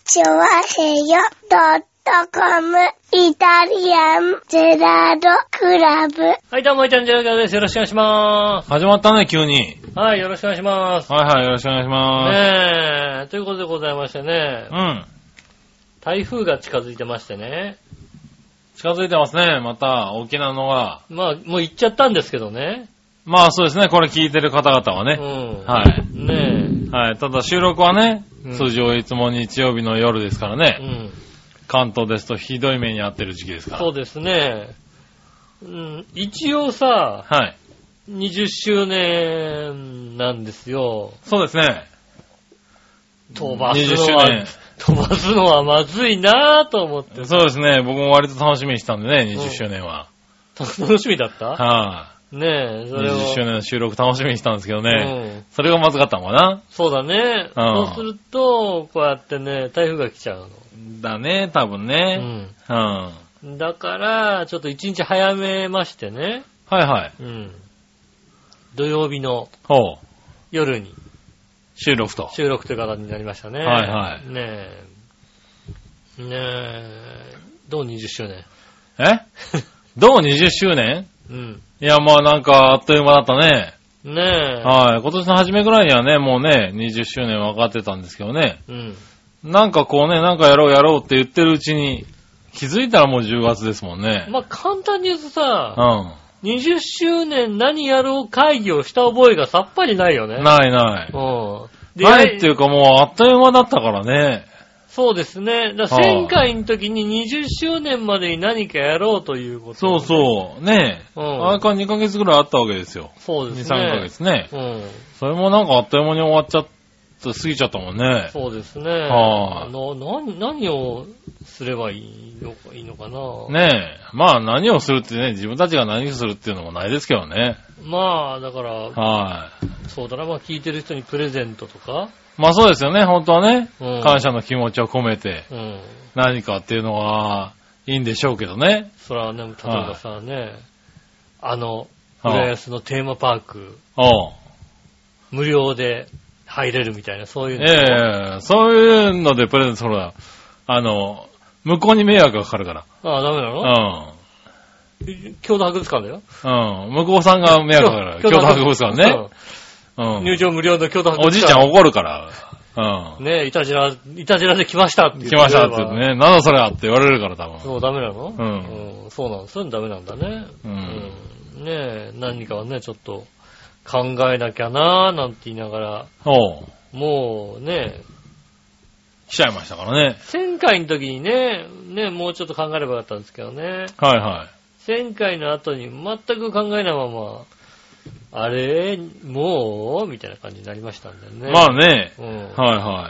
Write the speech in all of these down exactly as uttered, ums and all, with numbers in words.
チョワヘヨドットコムイタリアンゼラードクラブ。 はい、どうも、イタリアンゼラードです。よろしくお願いしまーす。 始まったね、急に。 はい、よろしくお願いします。 はいはい、よろしくお願いします。 ねえ、ということでございましてね。 うん。 台風が近づいてましてね。 近づいてますね、また、大きなのが。 まあ、もう行っちゃったんですけどね。 まあそうですね、これ聞いてる方々はね。 うん。 はい。 ねえ。はい、ただ収録はね、 うん、 通常いつも日曜日の夜ですからね。 うん。 関東ですとひどい目に遭ってる時期ですから。 そうですね。うん、一応さ、 はい。 にじゅっしゅうねんなんですよ。 そうですね。 飛ばすのは、飛ばすのはまずいなぁと思って。 そうですね。僕も割と楽しみにしたんでね、にじゅっしゅうねんは。 うん、楽しみだった？ はい、あ、 ねえ、それを。 にじゅっしゅうねんの収録楽しみにしたんですけどね。うん、それがまずかったのかな？ そうだね。うん、そうすると、こうやってね、台風が来ちゃうの。 だね、多分ね。うん。 うん。だから、ちょっと一日早めましてね。 はいはい。 うん。土曜日の夜に収録と。 収録という形になりましたね。 はいはい。 ねえ。ねえ。どうにじゅっしゅうねん。 えどうにじゅっしゅうねんうん。 いや、まあなんかあっという間だったね。 ねえ。 はい。今年の初めぐらいにはね、もうね、にじゅっしゅうねん分かってたんですけどね。 うん。 なんかこうね、なんかやろうやろうって言ってるうちに、気づいたらもうじゅうがつですもんね。 まあ簡単に言うとさ、 うん。 にじゅっしゅうねん何やろう会議をした覚えがさっぱりないよね。 ないない。 うん。 ないっていうかもうあっという間だったからね。 そうですね。だからせんかいの時ににじゅっしゅうねんまでに何かやろうということ、ね。 そうそう。ねえ。うん。あれからにかげつぐらいあったわけですよ。 そうですね。 に、さんかげつね。 うん。 それもなんかあっという間に終わっちゃって、過ぎちゃったもんね。 そうですね。 はあ、 な、何、何をすればいいのか、いいのかな。 ねえ。まあ何をするってね、自分たちが何をするっていうのもないですけどね。 まあ、だから、 はい、 そうだな、まあ聞いてる人にプレゼントとか。 まあそうですよね、本当はね。 うん、 感謝の気持ちを込めて、 うん、 何かっていうのはいいんでしょうけどね。 それはね、例えばさ、はい、ね、あの、浦安のテーマパーク、 おう無料で入れるみたいな、そういうの。 ええー、そういうのでプレゼント、そら、あの、向こうに迷惑がかかるから。 ああ、ダメなの？うん。郷土博物館だよ。 うん。向こうさんが迷惑がかかる。郷土博物館ね。 うん。入場無料の郷土博物館。 おじいちゃん怒るから。うん。 ねえ、いたじら、いたじらで来ましたって言って。 来ましたって言ってね。なんだそれはって言われるから多分。 そう、ダメなの？ うん。 うん。そうなの。そういうのダメなんだね。 うん。 うん、ねえ、何かはね、ちょっと考えなきゃなーなんて言いながら。 おう。 もうね、 来ちゃいましたからね。 せんかいの時にね、ね、もうちょっと考えればよかったんですけどね。 はいはい。 せんかいの後に全く考えないまま、あれもうみたいな感じになりましたんでね。 まあね。 うん。 はいはい。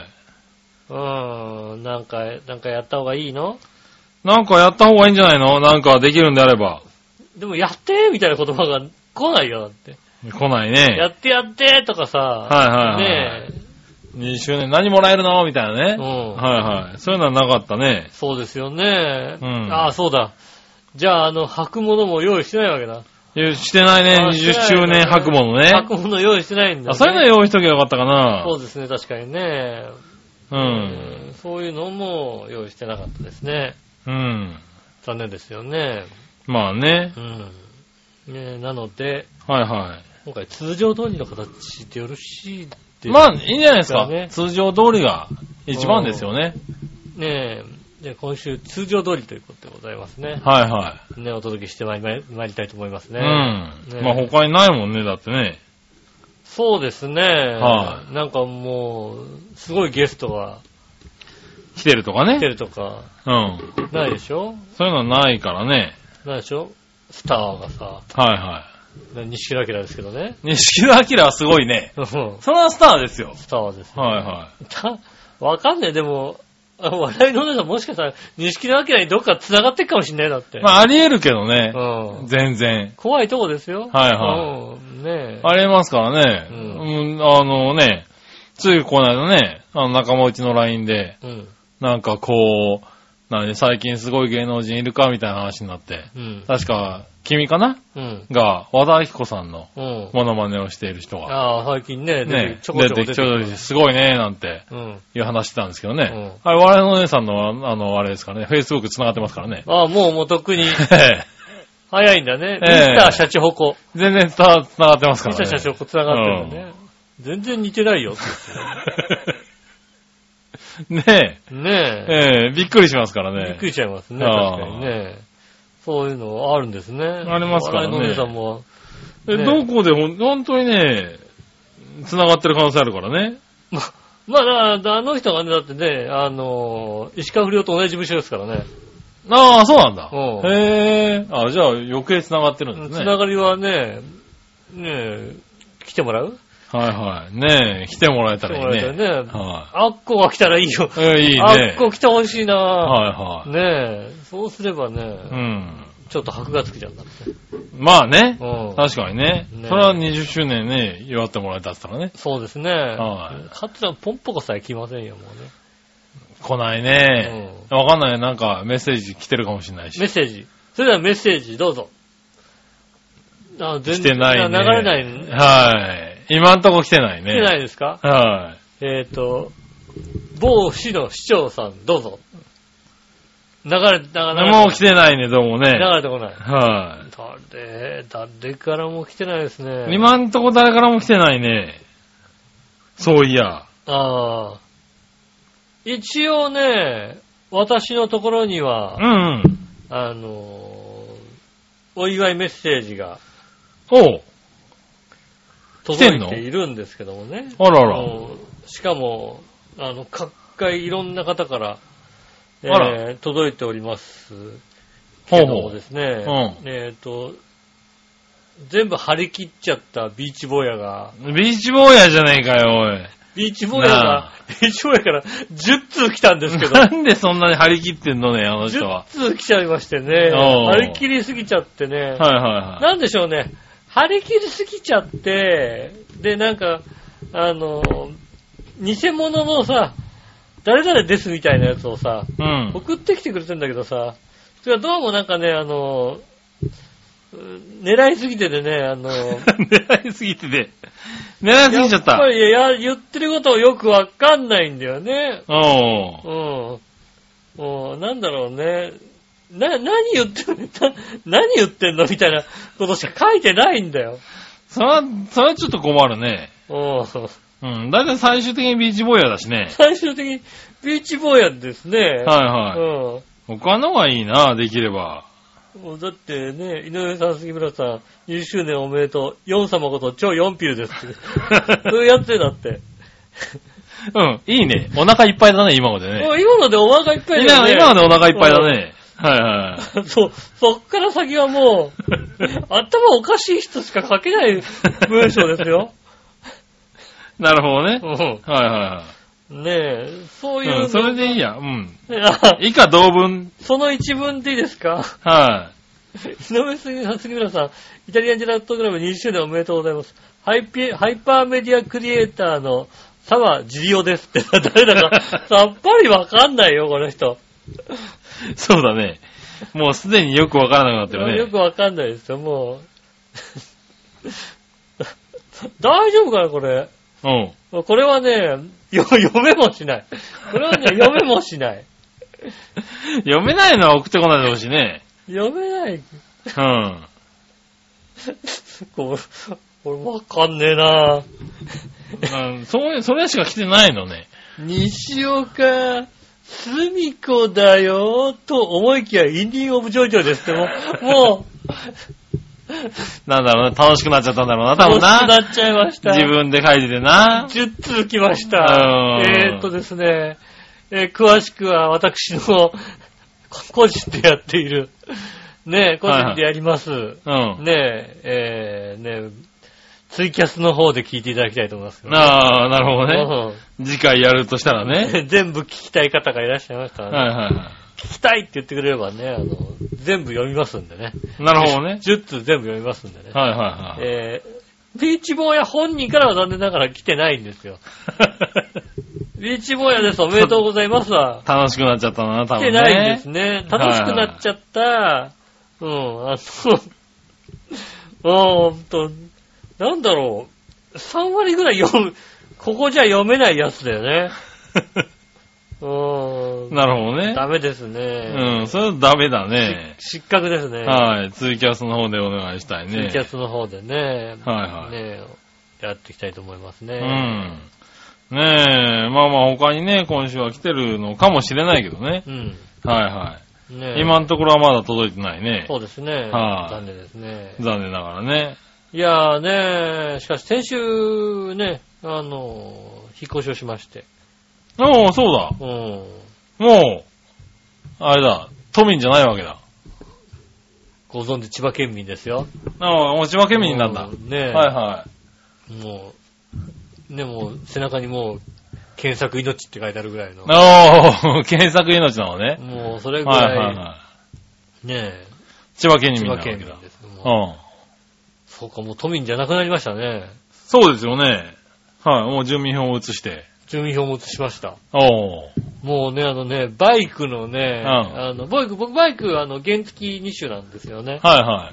うん。なんか、なんかやった方がいいの？ なんかやった方がいいんじゃないの？なんかできるんであれば。 でもやってみたいな言葉が来ないよだって。 来ないね。 やってやってとかさ。 はいはいはい。ねえ。にじゅっしゅうねん何もらえるのみたいなね。うん。はいはい。そういうのはなかったね。 そうですよね。 うん。 ああ、そうだ。じゃあ、あの、履くものも用意してないわけだ。 してないね。にじゅっしゅうねん履くものね。 履くもの用意してないんだ、ね。 あ、そういうの用意しとけばよかったかな。 そうですね、確かにね。 うん。 うん、そういうのも用意してなかったですね。 うん。 残念ですよね。 まあね。 うん。ね、なので、 はいはい。 今回通常通りの形でよろしいですかね。 まあ、いいんじゃないですか。通常通りが一番ですよね。 ねえ。じゃあ今週通常通りということでございますね。 はいはい。 ね、お届けしてまいり、まいりたいと思いますね。 うん。 ね、 まあ他にないもんね、だってね。 そうですね。 はい。 なんかもう、すごいゲストが来てるとかね。 来てるとか。 うん。 ないでしょ？ そういうのないからね。 ないでしょ？スターがさ。 はいはい。 西木明ですけどね。 西木明はすごいね。それはスターですよ。 スターです、ね。 はいはい。 た、わかんねえ、でも、笑いのお姉さんもしかしたら、西木明にどっか繋がってっかもしんないだって。 まあ、あり得るけどね。 うん。 全然。 怖いとこですよ。 はいはい。 うん。ねえ。 ありますからね。うん。あのね、ついこの間ね、あの仲間内の ライン で、うん。なんかこう、 なので最近すごい芸能人いるかみたいな話になって、うん、確か、君かな、うん、が、和田アキ子さんのモノマネをしている人が。 ああ、最近ね、 ね、ちょこちょこ出てきて、すごいね、なんて、いう話してたんですけどね。うん、あれ、我々の姉さんの、あの、あれですからね、Facebook 繋がってますからね。 ああ、もう、もうとっくに。早いんだね。ミスターシャチホコ。 全然繋がってますからね。 ミスターシャチホコ繋がってるんだね。うん、全然似てないよ。 ねえ。 ねえ。 ええ、びっくりしますからね。 びっくりしちゃいますね。確かにね。そういうのあるんですね。 ありますからね。 我々の姉さんも。 え、どこでほん、本当にね、繋がってる可能性あるからね。 ま、まあ、だあの人がね、だってね、あの、石川不良と同じ事務所ですからね。 ああ、そうなんだ。うん、へえ。あ、じゃあ余計繋がってるんですね。 繋がりはね、ねえ、来てもらう？ はいはい。ねえ、来てもらえたらいいね。来てもらえたらね。 はい。あっこが来たらいいよ。 えー、いいね。 あっこ来てほしいな。 はいはい。 ねえ、そうすればね、 うん。 ちょっと箔がつくじゃんだって。 まあね。 うん。 確かにね。ね、それはにじゅっしゅうねんね、祝ってもらえたって言ったらね。 そうですね。はい。カツラポンポコさえ来ませんよ、もうね。 来ないね。うん。わかんない。なんかメッセージ来てるかもしれないし。 メッセージ。それではメッセージどうぞ。 あ、全然来てないね。 流れないね。 はい。今んとこ来てないね。 来てないですか？ はい。 えっと、某市の市長さん、どうぞ。流れ、流れ、 もう来てないね、どうもね。 流れてこない。 はい。 誰、誰からも来てないですね。 今んとこ誰からも来てないね。そういや。 ああ。一応ね、私のところには、 うんうん。 あの、お祝いメッセージが、 おう。 届いているんですけどもね。 あらら。 しかも、あの、各界いろんな方から、えー、届いておりますけどもですね。ほうほう。うん、えっ、ー、と、全部張り切っちゃったビーチ坊やが。 ビーチ坊やじゃねえかよ、おい。 ビーチ坊やが、ビーチ坊やからじゅっつう来たんですけど。 なんでそんなに張り切ってんのね、あの人は。 じゅっつう来ちゃいましてね。張り切りすぎちゃってね。はいはいはい。 なんでしょうね。張り切りすぎちゃって、で、なんか、あの、偽物のさ、誰々ですみたいなやつをさ、うん、送ってきてくれてんだけどさ、それはどうもなんかね、あの、狙いすぎててね、あの、 狙いすぎてて、狙いすぎちゃった。 やっぱりや言ってることをよくわかんないんだよね。 おう。うん。うん。なんだろうね。な、何言ってんの何言ってんのみたいなことしか書いてないんだよ。 それは、それはちょっと困るね。 うん。 うん。だいたい最終的にビーチ坊やだしね。 最終的にビーチ坊やですね。はいはい。うん。他のがいいな、できれば。 だってね、井上さん、杉村さん、にじゅっしゅうねんおめでとう。ヨン様こと超ヨンピルですって。そういうやつだって。 うん、いいね。お腹いっぱいだね、今までね。 今のでお腹いっぱいだね。 今までお腹いっぱいだね。はいはい。 そう、そっから先はもう、頭おかしい人しか書けない文章ですよ。 なるほどね。 うん。 はいはい。 ねえ、そういう、 うん。それでいいや。うん。以下同文。 その一文でいいですか？ はい。 井上杉村さん、イタリアンジェラートクラブにじゅっしゅうねんおめでとうございます。ハイピ、ハイパーメディアクリエイターの沢ジリオですって誰だかさっぱりわかんないよ、この人。 そうだね。もうすでによくわからなくなってるね。 よくわかんないですよ、もう。大丈夫かな、これ。 うん。 これはね、よ読めもしない。これはね、読めもしない。 読めないのは送ってこないでほしいね。 読めない。うん。これ、これわかんねえなぁ。うん、そう、それしか来てないのね。 西岡すみこだよと思いきやインディンオブジョイジョイですってもう、もう、 なんだろうな、楽しくなっちゃったんだろうな、多分な。 楽しくなっちゃいました。 自分で書いててな。 じゅっつう来ました。えーっとですね、えー、詳しくは私の個人でやっている、ね、個人でやります。はいはい、うん、ねえ、えー、ね、ツイキャスの方で聞いていただきたいと思います、ね。 ああ、なるほどね。うん、次回やるとしたらね。 全部聞きたい方がいらっしゃいましたらね。 はいはいはい。 聞きたいって言ってくれればね、あの、全部読みますんでね。 なるほどね。 じゅっつ全部読みますんでね。 はいはいはい。 えー、ビーチ坊や本人からは残念ながら来てないんですよ。 ビーチ坊やです。おめでとうございますわ。 楽しくなっちゃったな、多分ね。 来てないですね。楽しくなっちゃった。はい、うん、あの、あーんと、なんだろう。さん割ぐらい読む、ここじゃ読めないやつだよね。うーん。なるほどね。ダメですね。 うん、それはダメだね。 失格ですね。 はい。ツイキャスの方でお願いしたいね。 ツイキャスの方でね。 はいはい。 ねやっていきたいと思いますね。 うん。ねえ、まあまあ他にね、今週は来てるのかもしれないけどね。うん。はいはい。ね、今のところはまだ届いてないね。 そうですね。はい、残念ですね。 残念ながらね。いやーね、しかし先週ね、あの、引っ越しをしまして。 おー、そうだ。うん。もう、あれだ、都民じゃないわけだ。 ご存知千葉県民ですよ。 ああ、もう千葉県民なんだ。ねはいはい。 もう、ね、もう背中にもう、検索命って書いてあるぐらいの。 おー、検索命なのね。 もうそれぐらい、はいはいはい、ねえ。 千葉県民なわけだ。 千葉県民です。もう、うん。そうか、もう都民じゃなくなりましたね。 そうですよね。はい、もう住民票を移して。 住民票も移しました。 おー。 もうね、あのね、バイクのね、うん、あの、バイク、僕バイク、あの、原付に種なんですよね。 はいはい。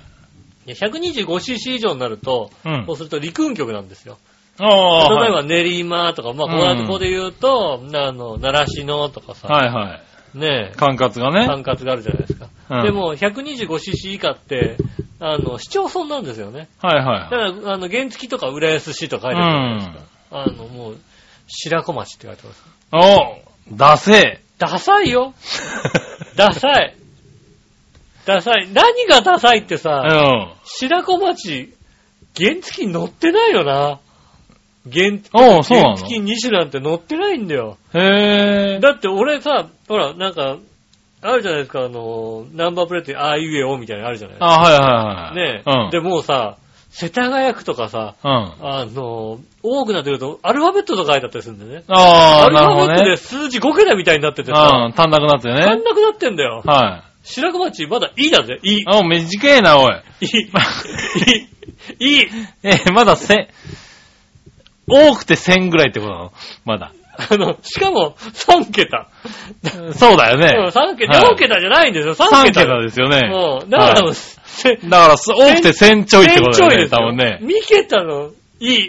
ひゃくにじゅうごシーシー 以上になると、うん、そうすると陸運局なんですよ。 あ例えば練馬とか、まあ、こうやってここで言うと、うん、あの、習志野とかさ。 はいはい。 ねえ。 管轄がね。 管轄があるじゃないですか。うん、でも、ひゃくにじゅうごシーシー 以下って、あの、市町村なんですよね。 はいはい。 だから、あの、原付とか浦安市とか書いてあるじゃないですか。うん、あの、もう、白子町って書いてます。 おぉダセー。ダサいよ。ダサい。ダサい。何がダサいってさ、うん、白子町、原付に乗ってないよな。原付に種なんて乗ってないんだよ。 へぇー。 だって俺さ、ほら、なんか、あるじゃないですか、あの、ナンバープレートにああいうえおみたいなのあるじゃないですか。 あ、はいはいはい。 ねえ、うん。で、もうさ、世田谷区とかさ、うん、あの、多くなってくると、アルファベットとか書いてあったりするんでね。 ああ、 なるほどね。アルファベットで数字ご桁みたいになっててさ、 うん、足んなくなってね。 足んなくなってんだよ。 はい。 白子町、まだいいだぜ、いい。 あ、短いな、おい。 いい。いい。いい。 え、まだせ、多くて千ぐらいってことなのまだ。 あの、しかも、さん桁。 そうだよね。 さん桁、よん桁じゃないんですよ、さん桁。 さん桁ですよね。 うん。だから、はい、 だから、多くて千ちょいってことだよね、多分ね。 に桁の、いい。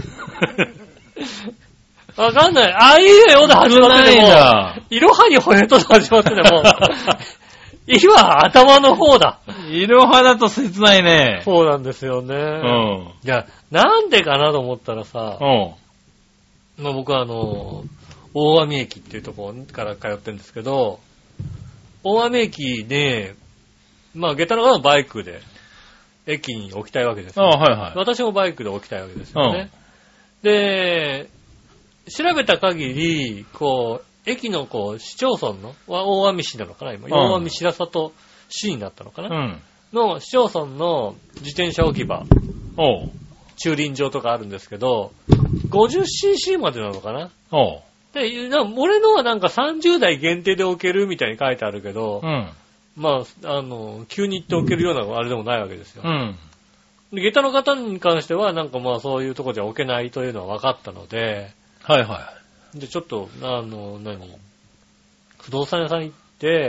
わかんない。あいうえおで始まってても、いろはにほえとで始まってても、今、頭の方だ。 いろはだと切ないね。 そうなんですよね。うん。いや、なんでかなと思ったらさ、うん。まあ僕はあの、大網駅っていうところから通ってるんですけど、大網駅で、まあ下駄の方のバイクで、駅に置きたいわけですよ。 ああ、はいはい。 私もバイクで置きたいわけですよね。うん、で、調べた限り、こう、駅のこう、市町村の、大網市なのかな今。大網白里市になったのかな、うん、の市町村の自転車置き場。 おう駐輪場とかあるんですけど、ごじゅっシーシー までなのかなおうで、俺のはなんかさんじゅうだい限定で置けるみたいに書いてあるけど、 うん、 まあ、あの、急に行って置けるようなあれでもないわけですよ。 うん。 で、下駄の方に関してはなんかまあそういうとこじゃ置けないというのは分かったので、 はいはい。 で、ちょっと、あの、何不動産屋さん行って、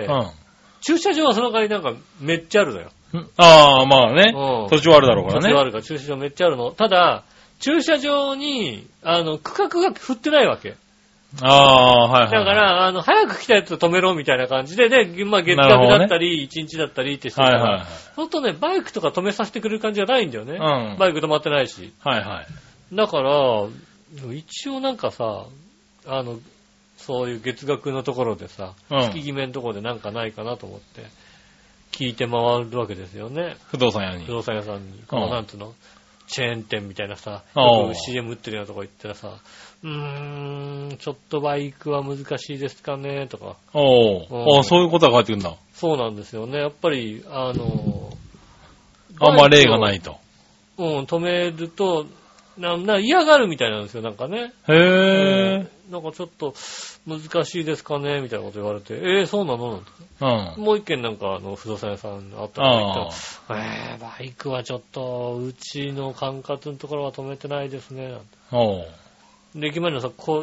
うん、 駐車場はその代わりなんかめっちゃあるのよ。 ああ、まあね、うん。土地はあるだろうからね。 土地はあるから駐車場めっちゃあるの。ただ、駐車場に、あの、区画が振ってないわけ。 ああ、はいはい。 だから、あの、早く来たやつ止めろみたいな感じで、で、まあ、月額だったり、いちにちだったりってしてたら、はいはいはい、そうするとね、バイクとか止めさせてくれる感じがないんだよね。 うん、 バイク止まってないし。 はいはい。 だから、一応なんかさ、あの、そういう月額のところでさ、うん、月決めのところでなんかないかなと思って、聞いて回るわけですよね。 不動産屋に。 不動産屋さんに。この、なんつうの、チェーン店みたいなさ、よく シーエム 売ってるようなとこ行ったらさ、うーん、ちょっとバイクは難しいですかね、とか。 おー。あ、そういうことが返ってくるんだ。 そうなんですよね。やっぱり、あの、 あんま例がないと。 うん、止めると、な、な、嫌がるみたいなんですよ、なんかね。 へぇー。 なんかちょっと難しいですかねみたいなこと言われて、えー、そうなのなんて、 うん、もう一軒なんかあの不動産屋さんあったから言ったら、えー、バイクはちょっとうちの管轄のところは止めてないですねなんて。 おう。 で、駅前のさ、こう、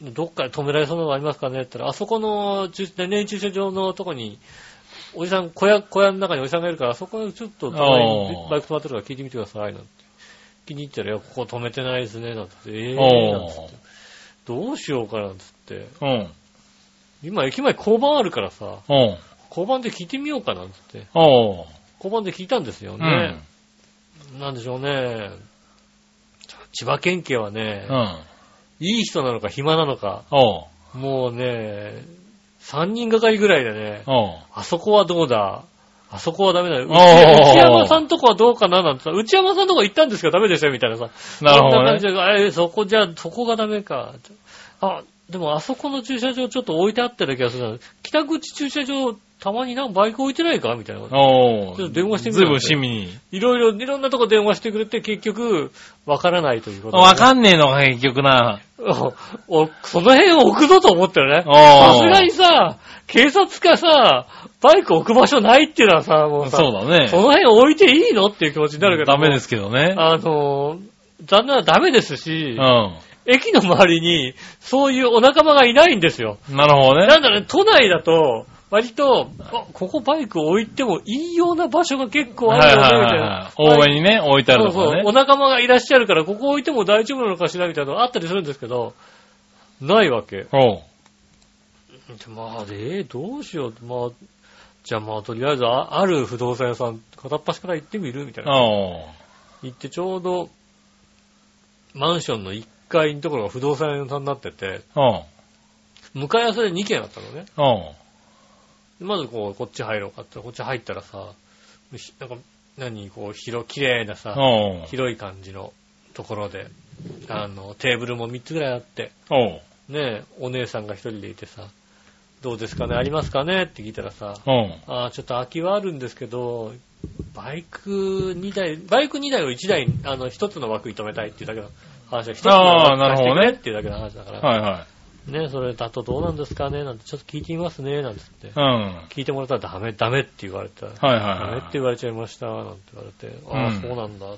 どっかで止められそうなのがありますかねって言ったら、あそこの何々駐車場のとこに、おじさん、小屋、小屋の中におじさんがいるから、あそこにちょっとバイク止まってるから聞いてみてください、なんて。気に入ったら、いや、ここ止めてないですね、なんて。えぇ、ー、なんつって。どうしようかなんつって。うん。今、駅前交番あるからさ、うん。交番で聞いてみようかなんつって。うん。交番で聞いたんですよね。うん。なんでしょうね。千葉県警はね、うん。いい人なのか暇なのか、うん。もうね、三人がかりぐらいでね、うん。あそこはどうだあそこはダメだよ。内山さんとこはどうかななんてさ、内山さんとこ行ったんですけどダメでしたよみたいなさ。なるほど、ね。そんな感じで、あれ、そこじゃ、そこがダメか。あ、でもあそこの駐車場ちょっと置いてあったような気がするな。北口駐車場、たまになんかバイク置いてないかみたいな。おー。ちょっと電話してみる。ずいぶん親身に。いろいろ、いろんなとこ電話してくれて結局、わからないということ、ね。わかんねえのか、結局な。お、その辺置くぞと思ったよね。さすがにさ、警察かさ、バイク置く場所ないっていうのはさ、もうさ、そうだね。その辺置いていいのっていう気持ちになるけど。ダメですけどね。あの、残念なダメですし、うん。駅の周りに、そういうお仲間がいないんですよ。なるほどね。なんだろうね、都内だと、割と、あ、ここバイク置いてもいいような場所が結構あるよね、みたいな。大上にね、置いてあるとこね。そうそう。お仲間がいらっしゃるから、ここ置いても大丈夫なのかしらみたいなのがあったりするんですけど、ないわけ。おう。まあ、えー、どうしよう。まあ、じゃあまあ、とりあえずあ、ある不動産屋さん、片っ端から行ってみるみたいな。行ってちょうど、マンションのいっかいのところが不動産屋さんになってて、向かい合わせでにけんあったのね。まずこう、こっち入ろうかって、こっち入ったらさ、なんか、何、こう、広、綺麗なさ、広い感じのところで、あの、テーブルもみっつぐらいあって、ねえ、お姉さんが一人でいてさ、どうですかね、ありますかねって聞いたらさ、ああ、ちょっと空きはあるんですけど、バイクにだい、バイクにだいをいちだい、あの、一つの枠に止めたいっていうだけの話は、一つの枠に貸してくれっていうだけの話だから、はいはい。ね、それだとどうなんですかねなんてちょっと聞いてみますねなんて言って、うん、聞いてもらったらダメ、ダメって言われた。はいはいはい、ダメって言われちゃいましたなんて言われて、ああ、うん、そうなんだって。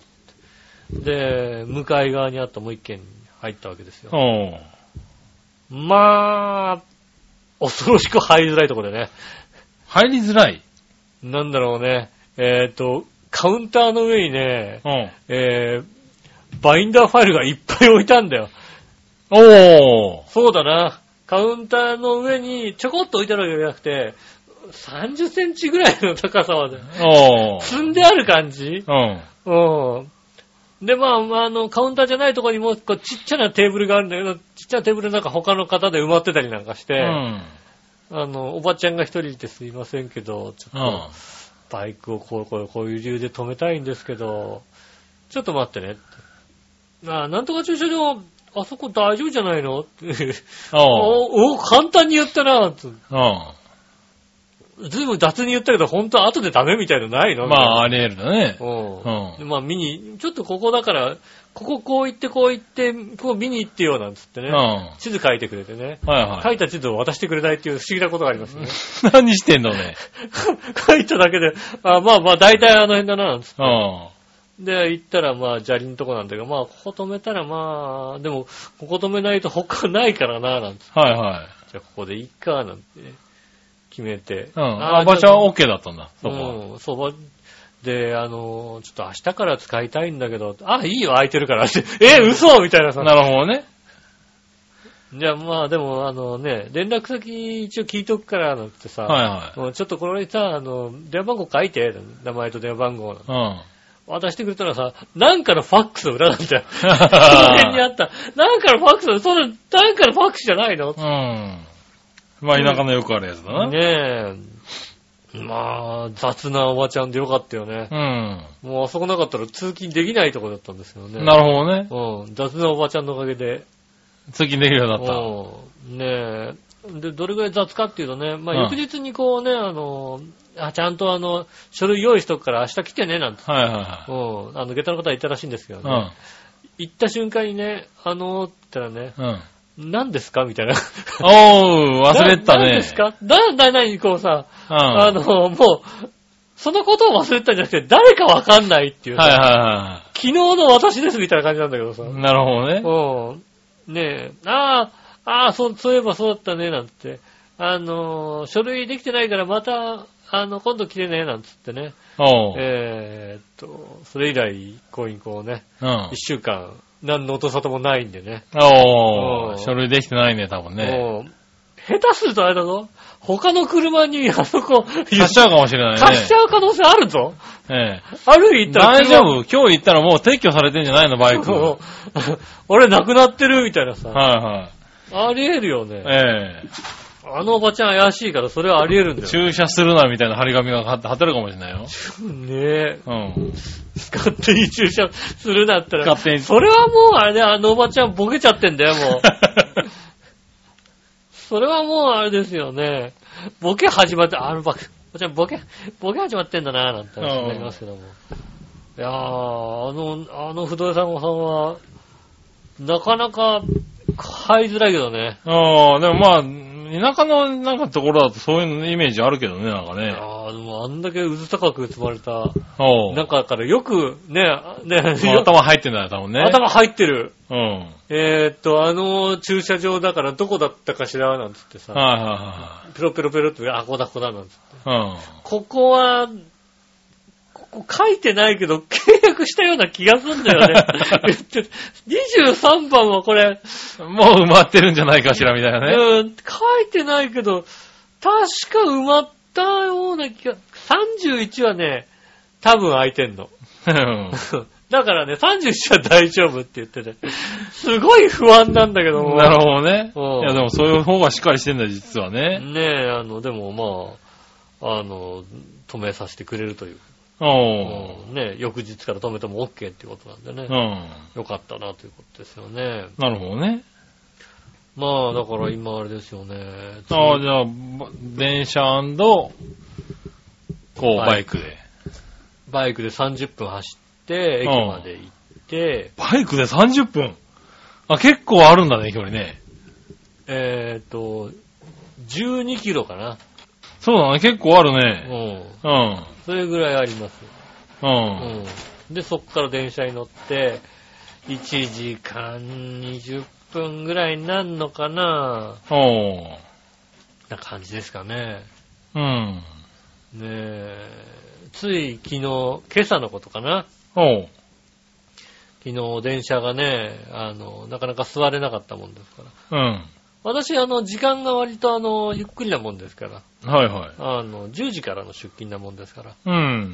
で、向かい側にあったもう一軒に入ったわけですよ。まあ、恐ろしく入りづらいところでね。入りづらいなんだろうね。えっと、カウンターの上にね、うん、えー、バインダーファイルがいっぱい置いたんだよ。おー。そうだな。カウンターの上にちょこっと置いてあるわけじゃなくて、さんじゅっセンチぐらいの高さまで。おー。積んである感じうん。うん。で、まあ、あの、カウンターじゃないところにも、こう、ちっちゃなテーブルがあるんだけど、ちっちゃなテーブルの中他の方で埋まってたりなんかして、うん、あの、おばちゃんが一人いてすいませんけど、ちょっと、うん、バイクをこう、こう、こういう理由で止めたいんですけど、ちょっと待ってね。ああ、なんとか駐車場、あそこ大丈夫じゃないのって。おお、簡単に言ったな、つ。ずいぶん雑に言ったけど、本当は後でダメみたいのないのまあ、あり得るだね。うん。まあ、見に、ちょっとここだから、こここう行ってこう行って、こう見に行ってよ、なんつってね。うん。地図書いてくれてね。はいはい。書いた地図を渡してくれないっていう不思議なことがありますね。何してんのね。書いただけで、あまあまあ、大体あの辺だな、なんつって。うん。で、行ったらまあ、砂利のとこなんだけど、まあ、ここ止めたらまあ、でも、ここ止めないと他ないからな、なんつって。はいはい。じゃあここでいいか、なんて。決めて。うん。あ、場所は OK だったんだ。そこは。うん、そう。で、あの、ちょっと明日から使いたいんだけど、あ、いいよ、空いてるからって。え、嘘みたいなさ。なるほどね。じゃあまあでも、あのね、連絡先一応聞いとくから、なんてさ。はいはい。ちょっとこれさ、あの、電話番号書いて、名前と電話番号。うん。渡してくれたらさ、なんかのファックスの裏なんだよ。この辺にあった。なんかのファックスの、それ、なんかのファックスじゃないのうん。まあ、田舎のよくあるやつだな。ねえ。まあ、雑なおばちゃんでよかったよね。うん。もうあそこなかったら通勤できないとこだったんですよね。なるほどね。うん。雑なおばちゃんのおかげで。通勤できるようになった。うん。ねえ。で、どれぐらい雑かっていうとね、まあ、翌日にこうね、あの、あ、ちゃんとあの、書類用意しとくから明日来てね、なんて。はいはいはい。うん。あの、下駄の方は言ったらしいんですけどね。うん。行った瞬間にね、あの、って言ったらね、うん。何ですかみたいな。おー、忘れてたね。何ですかだ、だ、なに、こうさ、うん、あの、もう、そのことを忘れてたんじゃなくて、誰かわかんないっていう。はいはいはい。昨日の私ですみたいな感じなんだけどさ。なるほどね。うん。ねえ、ああ、 ああ、そう、そういえばそうだったね、なんて。あのー、書類できてないからまた、あの、今度来てね、なんつってね。えーっと、それ以来、こういうこうね、うん、一週間、何の音沙汰もないんでね。 おー、書類できてないね、多分ね。 下手するとあれだぞ。他の車に、あそこ、 貸しちゃうかもしれないね。 貸しちゃう可能性あるぞ。 ええ。 歩いたら。 大丈夫？今日行ったらもう撤去されてんじゃないの、バイク。 俺なくなってるみたいなさ。 はいはい。 あり得るよね。 ええ。 あのおばちゃん怪しいからそれはあり得るんだよ。 駐車するなみたいな張り紙が貼ってるかもしれないよ。ねえ。 うん。 勝手に駐車するなったら。 勝手に。 それはもうあれね、あのおばちゃんボケちゃってんだよ、もう。それはもうあれですよね。ボケ始まって、あのバカ、おちゃんボケ、ボケ始まってんだなぁなんて話になりますけども。いやー、あの、あの不動産さんは、なかなか買いづらいけどね。 ああ、でもまあ、田舎のなんかところだとそういうイメージあるけどね、なんかね。 ああ、でもあんだけ渦高く積まれた中からよくね、ね、 頭入ってんだよ、多分ね。 頭入ってる。 うん。 えー、っと、あの駐車場だからどこだったかしらなんつってさ。 はいはいはい。 ペロペロペロって、あ、ここだここだなんつって。 うん。 ここは、ここ書いてないけど、契約したような気がするんだよね。にじゅうさんばんはこれ、 もう埋まってるんじゃないかしらみたいなね。 うん、書いてないけど、確か埋まったような気が、さんじゅういちはね、多分空いてんの。だからね、さんじゅういちは大丈夫って言ってね。すごい不安なんだけども。 なるほどね。いやでもそういう方がしっかりしてんだ、実はね。 ねえ、あの、でもまあ、あの、止めさせてくれるという。 おー。 うん、ね、翌日から止めても OK っていうことなんでね。うん。よかったなということですよね。 なるほどね。 まあ、だから今あれですよね。 ああ、じゃあ、電車&こう、バイクで。 バイクでさんじゅっぷん走って、駅まで行って。 バイクでさんじゅっぷん？あ、結構あるんだね、距離ね。 えーと、じゅうにキロかな。 そうだね、結構あるね。うん。うん。 それぐらいあります。 うん。うんうん。で、そっから電車に乗って、いちじかんにじゅっぷんぐらいになるのかな。 おー。 な感じですかね。 うん。 ねえ、つい昨日、今朝のことかな。 おう。 昨日電車がね、あの、なかなか座れなかったもんですから。うん。 私、あの、時間が割とあの、ゆっくりなもんですから。 はいはい。 あの、じゅうじからの出勤なもんですから。 うん。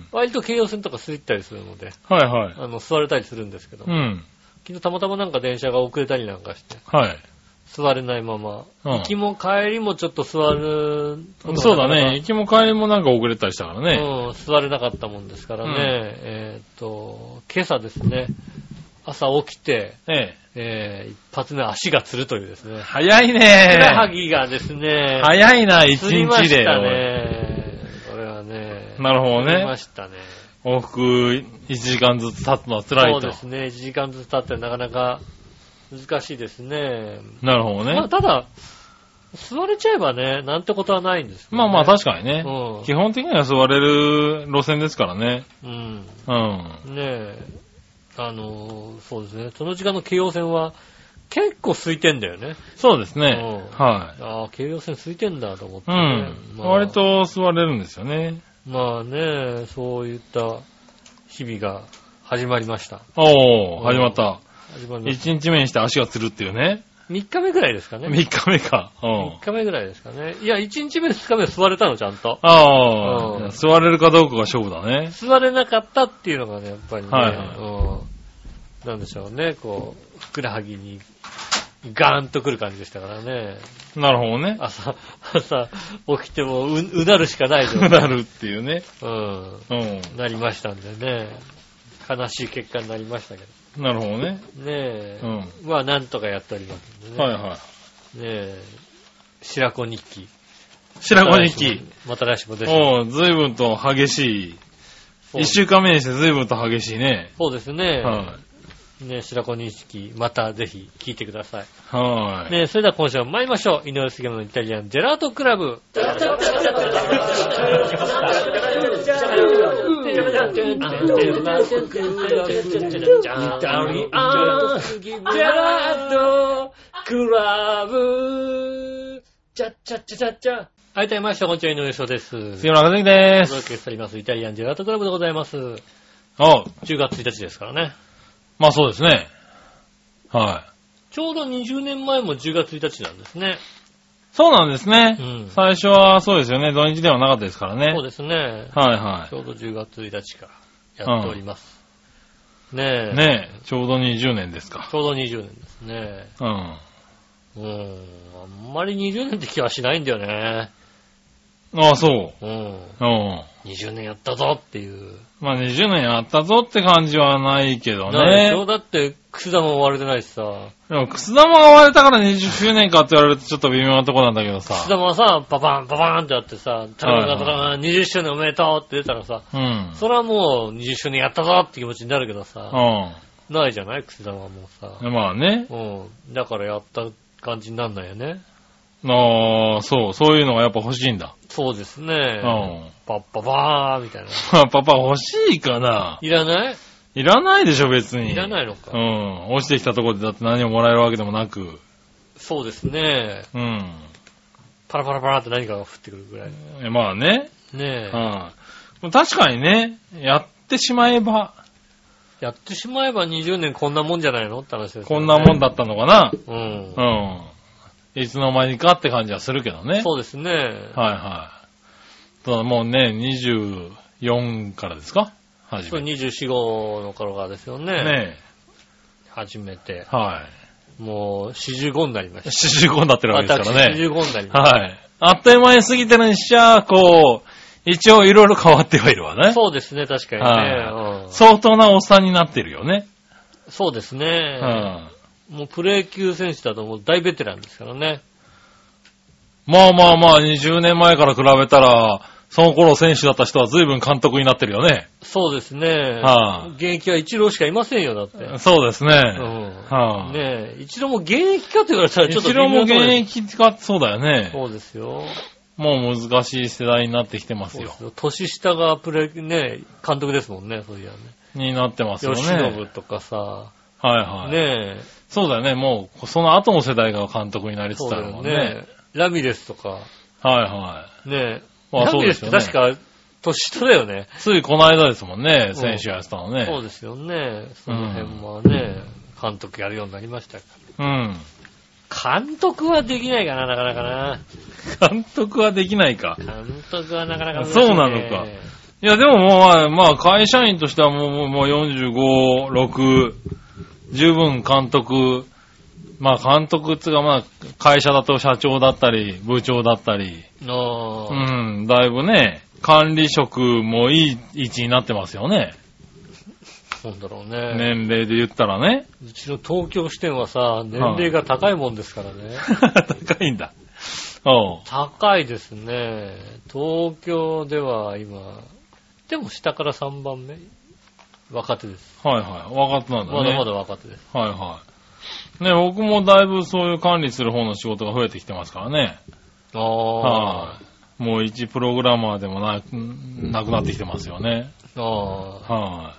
割と京葉線とか空いたりするので。 はいはい。 あの、座れたりするんですけど。 うん。 昨日たまたまなんか電車が遅れたりなんかして。 はい。 座れないまま。うん、行きも帰りもちょっと座る。 そうだね。行きも帰りもなんか遅れたりしたからね。 うん、座れなかったもんですからね。うん、えっと、今朝ですね。朝起きて、えええー、一発目足がつるというですね。 早いねー。 ふくらはぎがですね。 早いな、一日で。つりましたね。これはね。 なるほどね。 つりましたね。 往復いちじかんずつ経つのは辛いと。 そうですね。いちじかんずつ経ってなかなか難しいですね。 なるほどね。 まあ、ただ、座れちゃえばね、なんてことはないんですけどね。 まあまあ確かにね。 うん、 基本的には座れる路線ですからね。 うん。 うん。 ねえ。あのー、そうですね。その時間の京葉線は結構空いてんだよね。 そうですね。うん、はい。 ああ、京葉線空いてんだと思って、ね。 うん。まあ、割と座れるんですよね。 まあね、そういった日々が始まりました。 おー、始まった。 始まりました。 いちにちめにして足がつるっていうね。 みっかめぐらいですかね。 みっかめか。うん。 みっかめぐらいですかね。いや、いちにちめ、ふつかめ座れたの、ちゃんと。 ああ、うん、座れるかどうかが勝負だね。 座れなかったっていうのがね、やっぱりね。 はいはい、 うん。なんでしょうね、こう、ふくらはぎにガーンとくる感じでしたからね。 なるほどね。 朝、朝、起きてもう、うなるしかないと。うなるっていうね。 うん。うん。なりましたんでね。悲しい結果になりましたけど。 なるほどね。 ねえ。うん。まあ、なんとかやっておりますんでね。 はいはい。ねえ。白子日記。 白子日記。 また来週も出ておう、随分と激しい。一週間目にして随分と激しいね。 そうですね。 はい。 ねえ、白子日記、またぜひ聞いてください。 はい。 ねえ、それでは今週も参りましょう。井上杉山のイタリアンジェラートクラブ。 クラブチャッチャッチャチャッチャ。はい、どうもました。こんにちは、井上翔です。 杉村和之です。 お届けしております。イタリアンジェラートクラブでございます。 おう。 じゅうがつついたちですからね。 まあそうですね。はい。 ちょうどにじゅうねんまえもじゅうがつついたちなんですね。 そうなんですね。 うん、 最初はそうですよね。土日ではなかったですからね。 そうですね。 はいはい。 ちょうどじゅうがつついたちからやっております。うん、ねえ。 ねえ。ちょうどにじゅうねんですか。 ちょうどにじゅうねんですね。 うん。 うん。あんまりにじゅうねんって気はしないんだよね。 ああ、そう。 うん。 うん。 にじゅうねんやったぞっていう。 まあにじゅうねんやったぞって感じはないけどね。 ないでしょ？だって、くす玉も割れてないしさ。 でも、くす玉が割れたからにじゅっしゅうねんかって言われるとちょっと微妙なとこなんだけどさ。 くす玉はさ、パパンパパンってやってさ、タラタラタラにじゅっしゅうねんおめでとうって出たらさ、うん。それはもうにじゅっしゅうねんやったぞって気持ちになるけどさ。うん。ないじゃないくす玉もさ。 まあね。 うん。だからやった感じになんないよね。 ああ、そう、そういうのがやっぱ欲しいんだ。 そうですね。うん。パッパパーみたいな。 パパ欲しいかないらないいらないでしょ、別に。 いらないのか。 うん。落ちてきたところでだって何ももらえるわけでもなく。 そうですね。うん。パラパラパラって何かが降ってくるぐらい。 えまあね。 ねえ。 うん。確かにね、やってしまえば。 やってしまえばにじゅうねんこんなもんじゃないのって話ですよね。 こんなもんだったのかな。 うん。 うん。いつの間にかって感じはするけどね。 そうですね。はいはい。ただもうね、にじゅうよんからですか初めて。 そう、にじゅうよん、ごの頃からですよね。ねえ。初めて。はい。もう、よんじゅうごになりました。よんじゅうごになってるわけですからね。よんじゅうごになりました。はい。 あっという間に過ぎてるにしちゃ、こう、一応いろいろ変わってはいるわね。 そうですね、確かにね。 はいうん、相当なおっさんになってるよね。 そうですね。うん、もうプロ野球選手だともう大ベテランですからね。 まあまあまあ、にじゅうねんまえから比べたら、その頃選手だった人は随分監督になってるよね。 そうですね。はあ、現役は一郎しかいませんよ、だって。 そうですね。うん。 はあ、ねえ、一郎も現役かって言われたらちょっと一郎も現役か、そうだよね。 そうですよ。 もう難しい世代になってきてますよ。そうですよ。 年下がプレ、ね、監督ですもんね、そういやね。 になってますよね。 吉信とかさ。はいはい。ねえ。そうだよね、もう、その後の世代が監督になりつつあるもんね。ねラミレスとか。はいはい。ねえ。まあ、ラミレスって確か、年下だよね。 ついこの間ですもんね、選手やってたのね。 そうですよね。その辺はね、うん、監督やるようになりましたから。うん。監督はできないかな、なかなかな。 監督はできないか。 監督はなかなか難しい、 ね。そうなのか。いや、でももう、まあ、まあ、会社員としてはもう、もうよんじゅうご、ろく、十分監督、まあ監督っていうかまあ会社だと社長だったり部長だったり、あうん、だいぶね、管理職もいい位置になってますよね。 なんだろうね。 年齢で言ったらね。 うちの東京支店はさ、年齢が高いもんですからね。 高いんだ。おう高いですね。東京では今、でも下からさんばんめ若手です。 はいはい。若手なんだね。 まだまだ若手です。 はいはい。ね、僕もだいぶそういう管理する方の仕事が増えてきてますからね。ああ。はい、もう一プログラマーでもなく、なくなってきてますよね。ああ。 はい、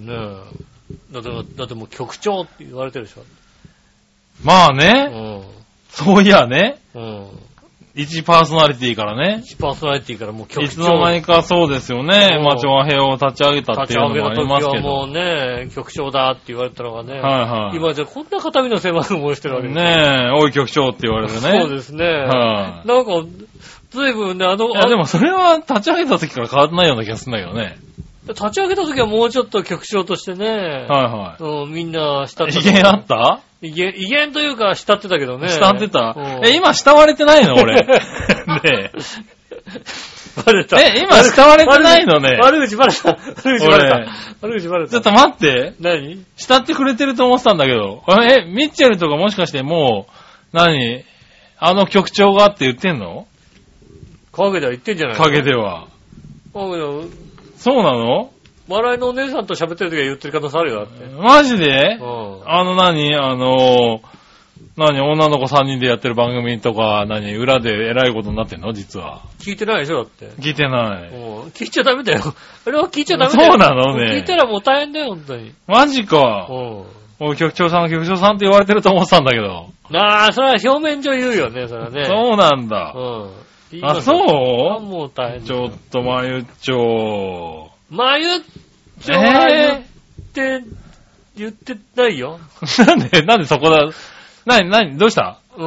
ねえ。だって、だってもう局長って言われてるでしょ。 まあね。うん。そういやね。うん。一パーソナリティからね。 一パーソナリティからもう局長。 いつの間にかそうですよね。マチョアヘを立ち上げたっていうのもありますけど。 立ち上げた時はもうね、局長だって言われたのがね。はいはい。今じゃこんな肩身の狭い思いしてるわけですね。 ねえ、おい局長って言われてね。 そうですね。はい。なんか、ずいぶんね、あの、いやでもそれは立ち上げた時から変わってないような気がするんだけどね。 立ち上げた時はもうちょっと局長としてね。はいはい。うん、みんな慕ってた。威厳あった？ 威厳、威厳というか慕ってたけどね。 慕ってた、うん、え、今慕われてないの俺。ねえ。 バレた。 え、今慕われてないのね。 悪口バレた。悪口バレた。悪口バレた。 ちょっと待って。 何？ 慕ってくれてると思ってたんだけど。え、ミッチェルとかもしかしてもう、何？あの局長がって言ってんの？ 影では言ってんじゃないの？ 影では。 影では。 そうなの？ 笑いのお姉さんと喋ってる時は言ってる可能性あるよ、だって。 マジで？うん。あの何あの、何女の子さんにんでやってる番組とか、何裏で偉いことになってんの実は。 聞いてないでしょ、だって。 聞いてない。 うん。聞いちゃダメだよ。あれは聞いちゃダメだよ。 そうなのね。 聞いたらもう大変だよ、本当に。 マジか。うん。 お局長さん、局長さんって言われてると思ってたんだけど。 ああ、それは表面上言うよね、それはね。 そうなんだ。 うん。 あ、そうもう大変。 ちょっと、まゆっちょー。まゆっちょは言って、えー、言ってないよ。 なんで、なんでそこだ。なに、なに、どうしたうん。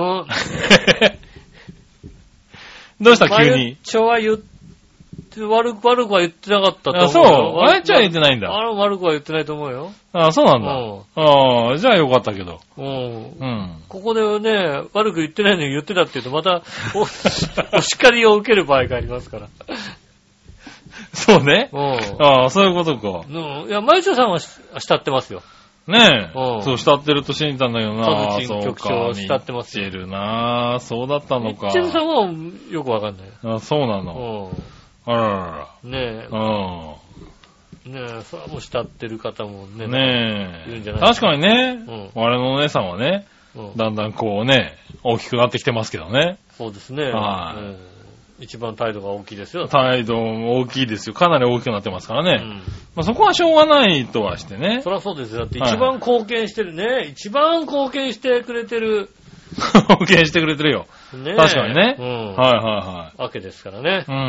どうした急に。まゆっちょは言って、悪く、悪くは言ってなかったと思うよ。あ、そうまゆっちょは言ってないんだ。あの、悪くは言ってないと思うよ。あ、そうなんだ。うん。ああ、じゃあよかったけど。うん。うん。ここでね、悪く言ってないのに言ってたって言うと、またお、お叱りを受ける場合がありますから。そうね。うん。ああ、そういうことか。うん。いや、まゆっちょさんは慕ってますよ。ねえ。うん。そう、慕ってると信じたんだけどな。サブチン局長を慕ってますよ。知ってるなぁ。そうだったのか。ミッチェルさんはよくわかんない。あ、そうなの。うん。あららら。ねえ。うん。ねえ、それはもう慕ってる方もね。ねえ。いるんじゃないですか。確かにね。うん。我々のお姉さんはね、うん、だんだんこうね、大きくなってきてますけどね。そうですね。はい、うん。一番態度が大きいですよ。態度も大きいですよ。かなり大きくなってますからね。うん、まあ、そこはしょうがないとはしてね。そりゃそうですよ。だって一番貢献してるね。はい、一番貢献してくれてる。貢献してくれてるよ。ね、確かにね。うん。はいはいはい。わけですからね。うん。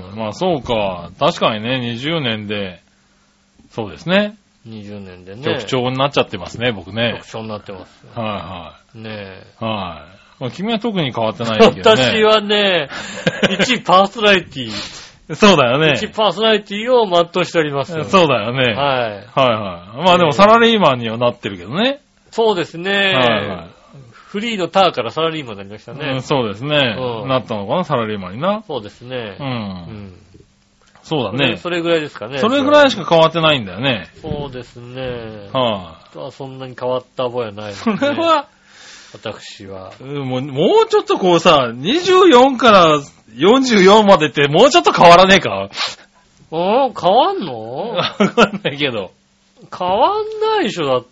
うん、まあそうか。確かにね、にじゅうねんで、そうですね。にじゅうねんでね。局長になっちゃってますね、僕ね。局長になってます。はいはい。ねえ。はい。まあ、君は特に変わってないけどね。私はね、一パーソナリティ。そうだよね。一パーソナリティを全うしております。そうだよね。はい。はいはい。まあでもサラリーマンにはなってるけどね。そうですね。はいはい。フリーのターからサラリーマンになりましたね。うん、そうですね、うん。なったのかな、サラリーマンにな。そうですね。うん。うん、そうだねそ。それぐらいですかね。それぐらいしか変わってないんだよね。そうですね。はい、あ。そんなに変わった覚えはないですね。それは、私は。もう、もうちょっとこうさ、にじゅうよんからよんじゅうよんまでってもうちょっと変わらねえか。ああ、変わんの？わかんないけど。変わんないでしょ、だって。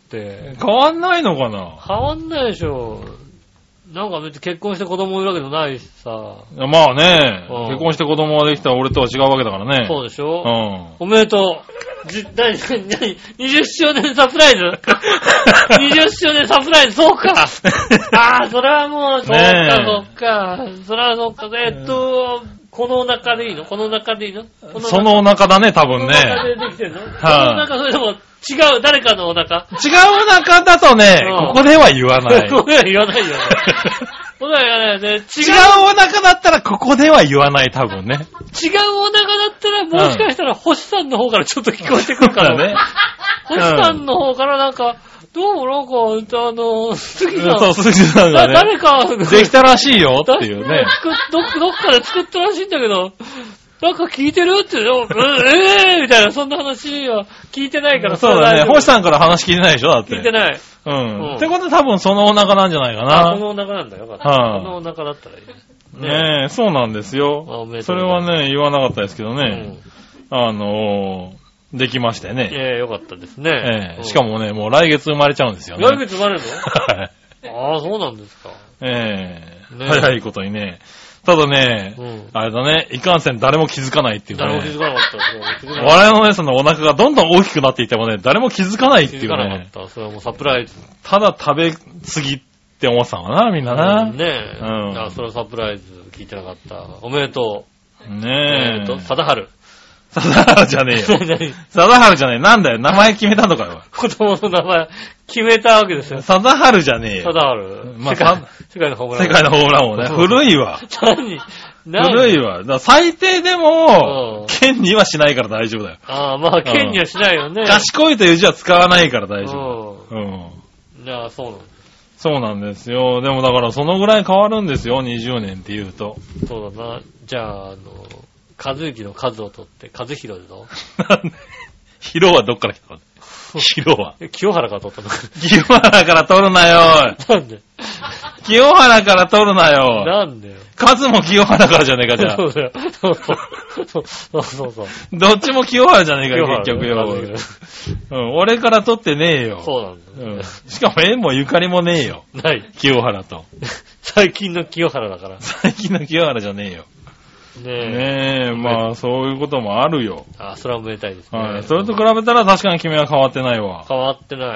変わんないのかな？変わんないでしょ。なんか別に結婚して子供いるわけじゃないしさ。まあね、うん、結婚して子供ができたら俺とは違うわけだからね。そうでしょ？うん。おめでとう。じ、なに、なに、にじゅっしゅうねんサプライズにじゅっしゅうねんサプライズ、そうか。ああ、それはもう、そうか、そうか。それはそうか。えっと、このお腹でいいの？このお腹でいいの？そのお腹だね、多分ね。このお腹でできてんの？はい、このお腹、それでも、違う、誰かのお腹？違うお腹だとね、うん、ここでは言わない。ここでは言わないよね。ここでは言わないよね。違うお腹だったらここでは言わない、多分ね。違うお腹だったら、もしかしたら星さんの方からちょっと聞こえてくるからね。星さんの方からなんか、どうなんか、あの、杉さん。そう、杉さんがね。誰か、できたらしいよっていうね。どっかで作ったらしいんだけど、なんか聞いてるって、うん、ええー、みたいな、そんな話は聞いてないから。そうだね。星さんから話聞いてないでしょだって。聞いてない。うん。うん、ってことは多分そのお腹なんじゃないかな。あ、そのお腹なんだよ。よかった。はあ、そのお腹だったらいいね。ねえ、そうなんですよ。それはね、言わなかったですけどね。うん、あのー、できましたよね。ええ、よかったですね。ええ、うん、しかもね、もう来月生まれちゃうんですよね。来月生まれるの？はい。ああ、そうなんですか。ええ、ね、早いことにね。ただね、うん、あれだね、いかんせん誰も気づかないっていうかね。誰も気づかなかった。我々のね、そのお腹がどんどん大きくなっていってもね、誰も気づかないっていうね。気づかなかった。それはもうサプライズ。ただ食べ過ぎって思ってたのかな、みんなな。うん、ねえ。うん。あ、それはサプライズ聞いてなかった。おめでとう。ねえ。えっと、貞治。貞治じゃねえよ。貞治じゃねえ。なんだよ、名前決めたのかよ。子供の名前決めたわけですよ。貞治じゃねえよ。貞治。まあ、世界のホームラン。世界のホームランをね。古いわ。何古いわ。だから最低でも、剣にはしないから大丈夫だよ。ああ、まあ、剣にはしないよね。賢いという字は使わないから大丈夫。うん。いや、そうなんです。そうなんですよ。でもだからそのぐらい変わるんですよ、にじゅうねんって言うと。そうだな。じゃあ、あの、和之の数を取って、和弘でどう？なんで広はどっから来たの？広は。清原から取ったの？清原から取るなよ。なんで？清原から取るなよ。なんでよ。数も清原からじゃねえか、じゃあ。そうだよ。そうそう。そうそうそう。どっちも清原じゃねえか、結局よ。うん、俺から取ってねえよ。そうなんだ、ね。うん。しかも縁もゆかりもねえよ。ない。清原と。最近の清原だから。最近の清原じゃねえよ。ねえ。ねえ、まあ、そういうこともあるよ。あ、それはおめでたいですね。はい。それと比べたら確かに君は変わってないわ。変わってない。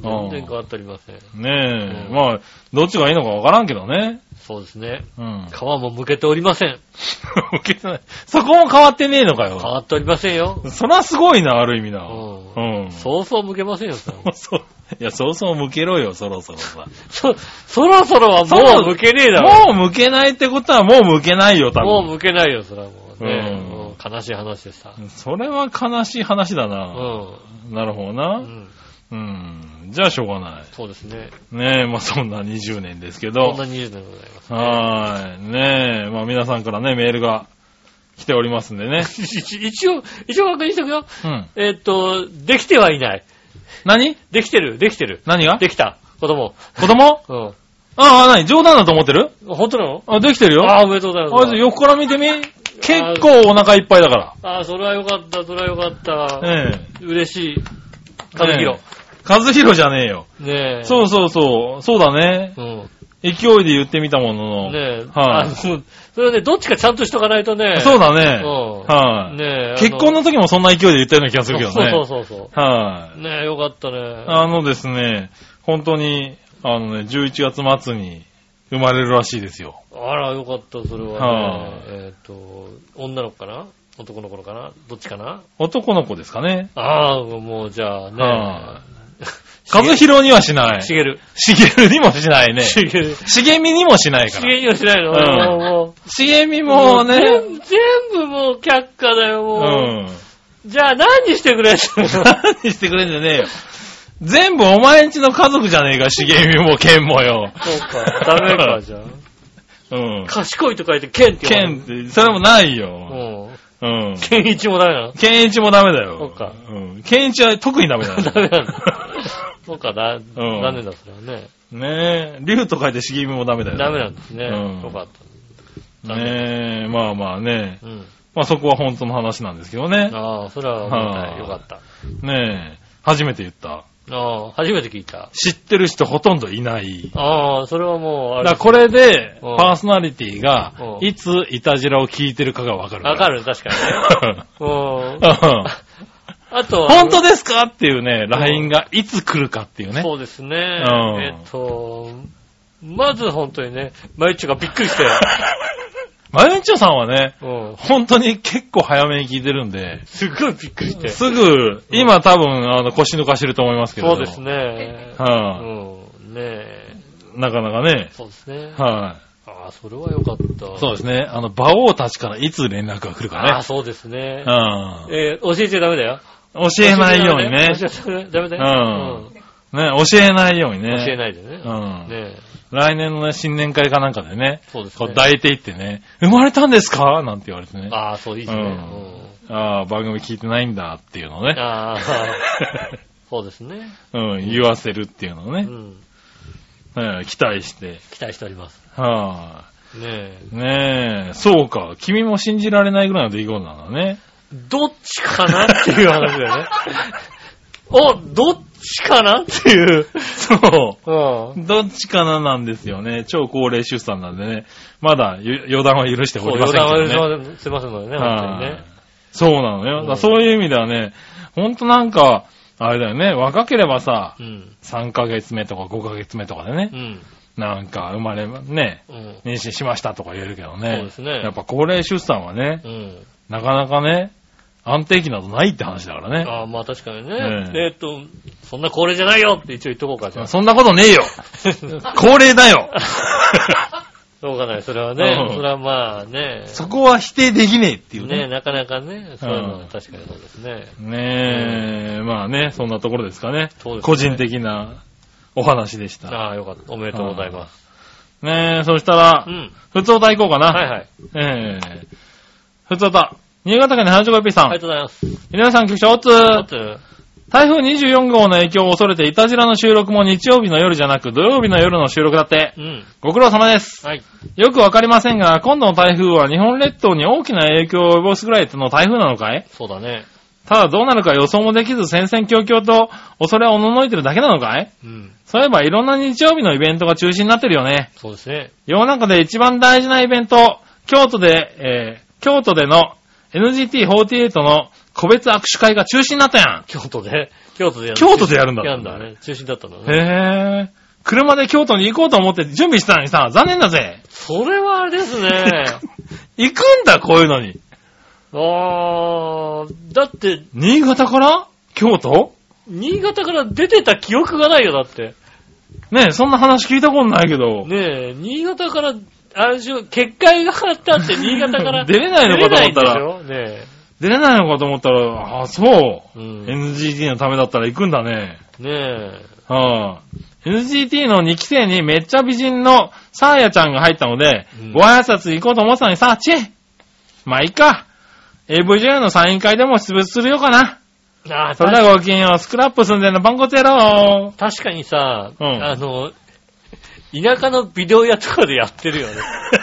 全然変わっておりません。 ねえ、うん、まあ、どっちがいいのかわからんけどね。 そうですね。 うん。 皮も剥けておりません。 剥けてない。そこも変わってねえのかよ。 変わっておりませんよ。 そらすごいな、ある意味な。 うん。うん。そうそう剥けませんよ、そうそう。いや、そうそう剥けろよ、そろそろさ。 そ、そろそろはもう剥けねえだろ。もう剥けないってことはもう剥けないよ、多分。 もう剥けないよ、それはもうね。うん。悲しい話でした。 それは悲しい話だな。うん。なるほどな。うん。うん。じゃあしょうがない。 そうですね。 ねえ、まあそんなにじゅうねんですけど。 そんなにじゅうねんでございます、ね。 はーい。ねえ、まあ皆さんからね、メールが来ておりますんでね。 一応、一応確認しておくよ。 うん。 えー、っと、できてはいない。 何？ できてる、できてる。 何が？ できた。子供。 子供？ うん。 ああ、何？冗談だと思ってる？ 本当なの？ あ、できてるよ。 ああ、おめでとうございます。 あ、横から見てみ。結構お腹いっぱいだから。 ああ、それはよかった、それはよかった。 ええ。嬉しい。和弘。 和弘じゃねえよ。 ねえ。 そうそうそう。そうだね。うん。勢いで言ってみたものの。 ねえ。 はい、あ。 それはね、どっちかちゃんとしとかないとね。 そうだね。うん。はい、あ。 ねえ。 結婚の時もそんな勢いで言ったような気がするけどね。 そうそうそうそう。 はい、あ。 ねえ、よかったね。 あのですね、本当に、あのね、じゅういちがつ末に生まれるらしいですよ。 あら、よかった、それはね。はあ、えっ、ー、と、女の子かな？男の子かな？どっちかな？ 男の子ですかね。 ああ、もうじゃあね。はあ、 和弘にはしない。 しげる。 しげるにもしないね。 しげる。 しげみにもしないから。 しげみにもしないの、うん、もう。しげみもね。 もう全部もう却下だよ、もう。うん。じゃあ何にしてくれんの？ 何にしてくれんじゃねえよ。全部お前んちの家族じゃねえか、しげみもケンもよ。 そうか、ダメか、じゃあ。 うん。 賢いと書いてケンって言われる。ケンって、それもないよ。うん。うん。 ケンイチもダメなの？ ケンイチもダメだよ。 そうか。 うん。ケンイチは特にダメだよ。 ダメなんだ。そうか、だ、残念だ、それはね。 ねえ、竜と書いてしげみもダメだよ。 ダメなんですね。うん。よかった。 ねえ、まあまあね。うん。まあそこは本当の話なんですけどね。 ああ、それははい、よかった。 ねえ、初めて言った。 ああ、初めて聞いた。 知ってる人ほとんどいない。 ああ、それはもう、あれ。 だこれで、パーソナリティが、いつイタジラを聞いてるかがわかる。 わかる、確かにね。うん。あとは。 本当ですかっていうね、ライン がいつ来るかっていうね。 そうですね。えっと、まず本当にね、マユッチョがびっくりして。 マユッチョさんはね、うん、本当に結構早めに聞いてるんで。 すごいびっくりして。 すぐ、今多分、あの、腰抜かしてると思いますけど。 そうですね。 はい、 うん。ねえ。 なかなかね。 そうですね。 はい、 あ。ああ、それはよかった。 そうですね。あの、馬王たちからいつ連絡が来るかね。 ああ、そうですね。 うん。 えー、教えちゃダメだよ。 教えないようにね。 教えちゃダメだよ。うん。ね、教えないようにね。 教えないでね。 うん。 ね来年のね、新年会かなんかでね。 そうですね。 こう抱いていってね。生まれたんですかなんて言われてね。 ああ、そういいですね。 うん。ああ、番組聞いてないんだっていうのをね。 ああ、そうですね。 うん、言わせるっていうのをね。うん。期待して。 期待しております。 はぁ。ねえ。ねえ。そうか。君も信じられないぐらいの出来事なんだね。 どっちかなっていう話だよね。お、どっちかなっていう。 そう。うん。どっちかななんですよね。超高齢出産なんでね。まだ予断は許しておりませんけどね。 予断は許してませんのでね、本当にね。 そうなのよ。うん、だそういう意味ではね、ほんとなんか、あれだよね、若ければさ、うん、さんかげつめとかごかげつめとかでね、うん、なんか生まれ、ね、うん、妊娠しましたとか言えるけどね。 そうですね。 やっぱ高齢出産はね、うん、なかなかね、安定期などないって話だからね。 ああ、まあ確かにね。えー、っと、そんな高齢じゃないよって一応言っとこうか、じゃあ。 そんなことねえよ高齢だよしょうがない、それはね。うん、それはまあね。 そこは否定できねえっていうね。 ねなかなかね。そういうのは確かにそうですね。 ねえ、うん、まあね、そんなところですかね。そうですね。個人的なお話でした。 ああ、よかった。おめでとうございます。 ねえ、そしたら、うん、ふつおた行こうかな。 はいはい。 ええー、ふつおた。新潟県の花ちょこぴーさん。 ありがとうございます。 皆さん、局長、おつー。おつー。台風にじゅうよん号の影響を恐れて、イタジラの収録も日曜日の夜じゃなく、土曜日の夜の収録だって。うん。ご苦労様です。はい。よくわかりませんが、今度の台風は日本列島に大きな影響を及ぼすぐらいの台風なのかい？ そうだね。 ただどうなるか予想もできず、戦々恐々と恐れをおののいてるだけなのかい？うん。そういえば、いろんな日曜日のイベントが中止になってるよね。 そうですね。 世の中で一番大事なイベント、京都で、えー、京都でのエヌジーティーフォーティーエイト の個別握手会が中止になったやん。 京都で京都でやる。 京都でやるんだ。 やるんだね。中止だったのね。 へぇー。車で京都に行こうと思って準備してたのにさ、残念だぜ。 それはあれですね。 行くんだ、こういうのに。 あー、だって、 新潟から京都新潟から出てた記憶がないよ、だって。 ねえ、そんな話聞いたことないけど。 ねえ、新潟から、あれでしょ、結界があったって新潟から出れないのかと思ったら。 出れないんでしょねえ。 出れないのかと思ったら、あ、そう、 うん。 エヌジーティー のためだったら行くんだね。 ねえ。 はあ、エヌジーティー のにき生にめっちゃ美人のサーヤちゃんが入ったので、うん、ご挨拶行こうと思ってたのにさ、チェまあいいか。エーブイ 女優のサイン会でも出物するよかな。ああ、それではごきげんよう、スクラップ住んでんのパンコツ野郎。 確かにさ、 うん、 あの、田舎のビデオ屋とかでやってるよね。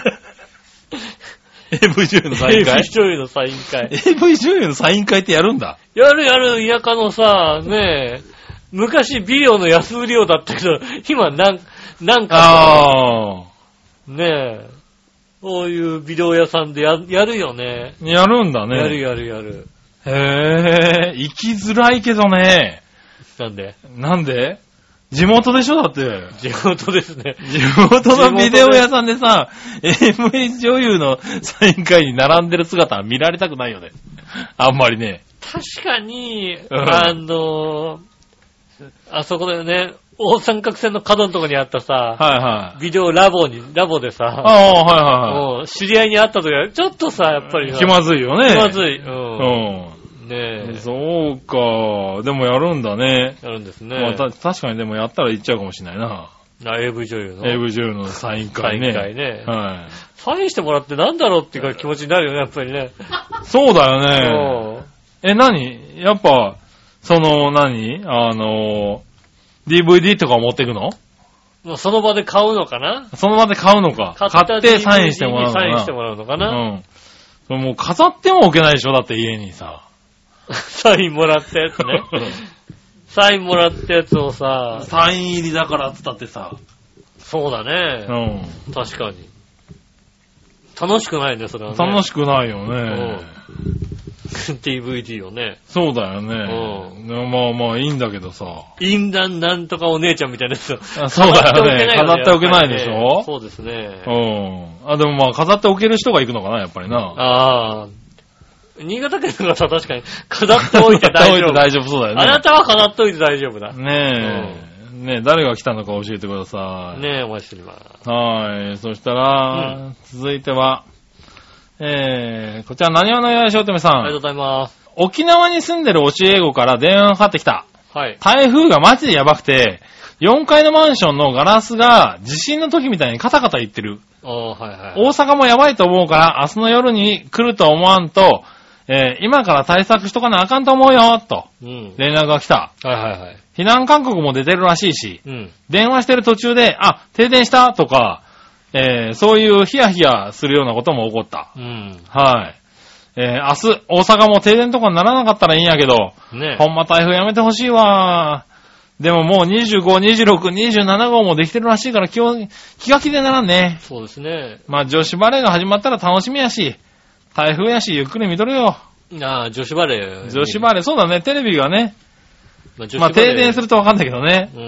エーブイ 女優のサイン会 ?エーブイ女優のサイン会。 エーブイ 女優のサイン会ってやるんだ。 やるやる、田舎のさ、ねえ、昔ビデオの安売り用だったけど、今なん、なんか、 ああ。 ねえ、そういうビデオ屋さんでや、やるよね。 やるんだね。 やるやるやる。 へえ、行きづらいけどね。 なんでなんで地元でしょだって。 地元ですね。 地元のビデオ屋さんでさ、エーブイ 女優のサイン会に並んでる姿は見られたくないよね。あんまりね。 確かに、あの、あそこだよね、大三角線の角のとこにあったさ、 はいはい。 ビデオラボに、ラボでさ、 ああ、はいはいはい。 知り合いに会った時は、ちょっとさ、やっぱり。 気まずいよね。 気まずい。うん。 うんねえ。 そうか。でもやるんだね。 やるんですね。 まあ、た確かにでもやったら行っちゃうかもしれないな。 あ、エーブイ 女優の。 エーブイ 女優のサイン会ね。 サイン会ね。 はい。 サインしてもらってなんだろうっていう気持ちになるよね、やっぱりね。 そうだよね。え、何やっぱ、その何、あの、ディーブイディー とか持っていくの？ もうその場で買うのかな？ その場で買うのか。買ってサインしてもらうのかな。 サインしてもらうのかな？ うん。もう飾っても置けないでしょだって家にさ。 サインもらったやつね。サインもらったやつをさ。 サイン入りだからって言ったってさ。 そうだね。うん。確かに。楽しくないね、それはね。 楽しくないよね。 ディーブイディー をね。 そうだよね。うん。まあまあいいんだけどさ。 淫乱なんとかお姉ちゃんみたいなやつ。 そうだよね。飾っておけないでしょ？ そうですね。 うん。あ、でもまあ飾っておける人が行くのかな、やっぱりな。ああ。新潟県の方は確かに飾っておいて大丈夫。 大丈夫そうだよね。 あなたは飾っておいて大丈夫だ。 ねえ。ねえ、誰が来たのか教えてください。 ねえ、お待ちしております。 はい。そしたら、うん、続いては、えー、こちら、何話のよやしおとめさん。 ありがとうございます。 沖縄に住んでる教え子から電話がかかってきた。 はい。 台風がマジでやばくて、よんかいのマンションのガラスが地震の時みたいにカタカタ言ってる。 ああ、はいはい。 大阪もやばいと思うから、明日の夜に来ると思わんと、えー、今から対策しとかなあかんと思うよ、と。うん。連絡が来た。 はいはいはい。 避難勧告も出てるらしいし、 うん。 電話してる途中で、あ、停電したとか、えー、そういうヒヤヒヤするようなことも起こった。 うん。 はい。えー、明日、大阪も停電とかにならなかったらいいんやけど、 ね、 ほんま台風やめてほしいわ。でももうにじゅうご、にじゅうろく、にじゅうなな号もできてるらしいから気を、気が気でならんね。 そうですね。 まあ女子バレーが始まったら楽しみやし、台風やし、ゆっくり見とるよ。 ああ、女子バレー。 女子バレー、そうだね、テレビがね。まあ、まあ、停電するとわかんないけどね。 うん。うん。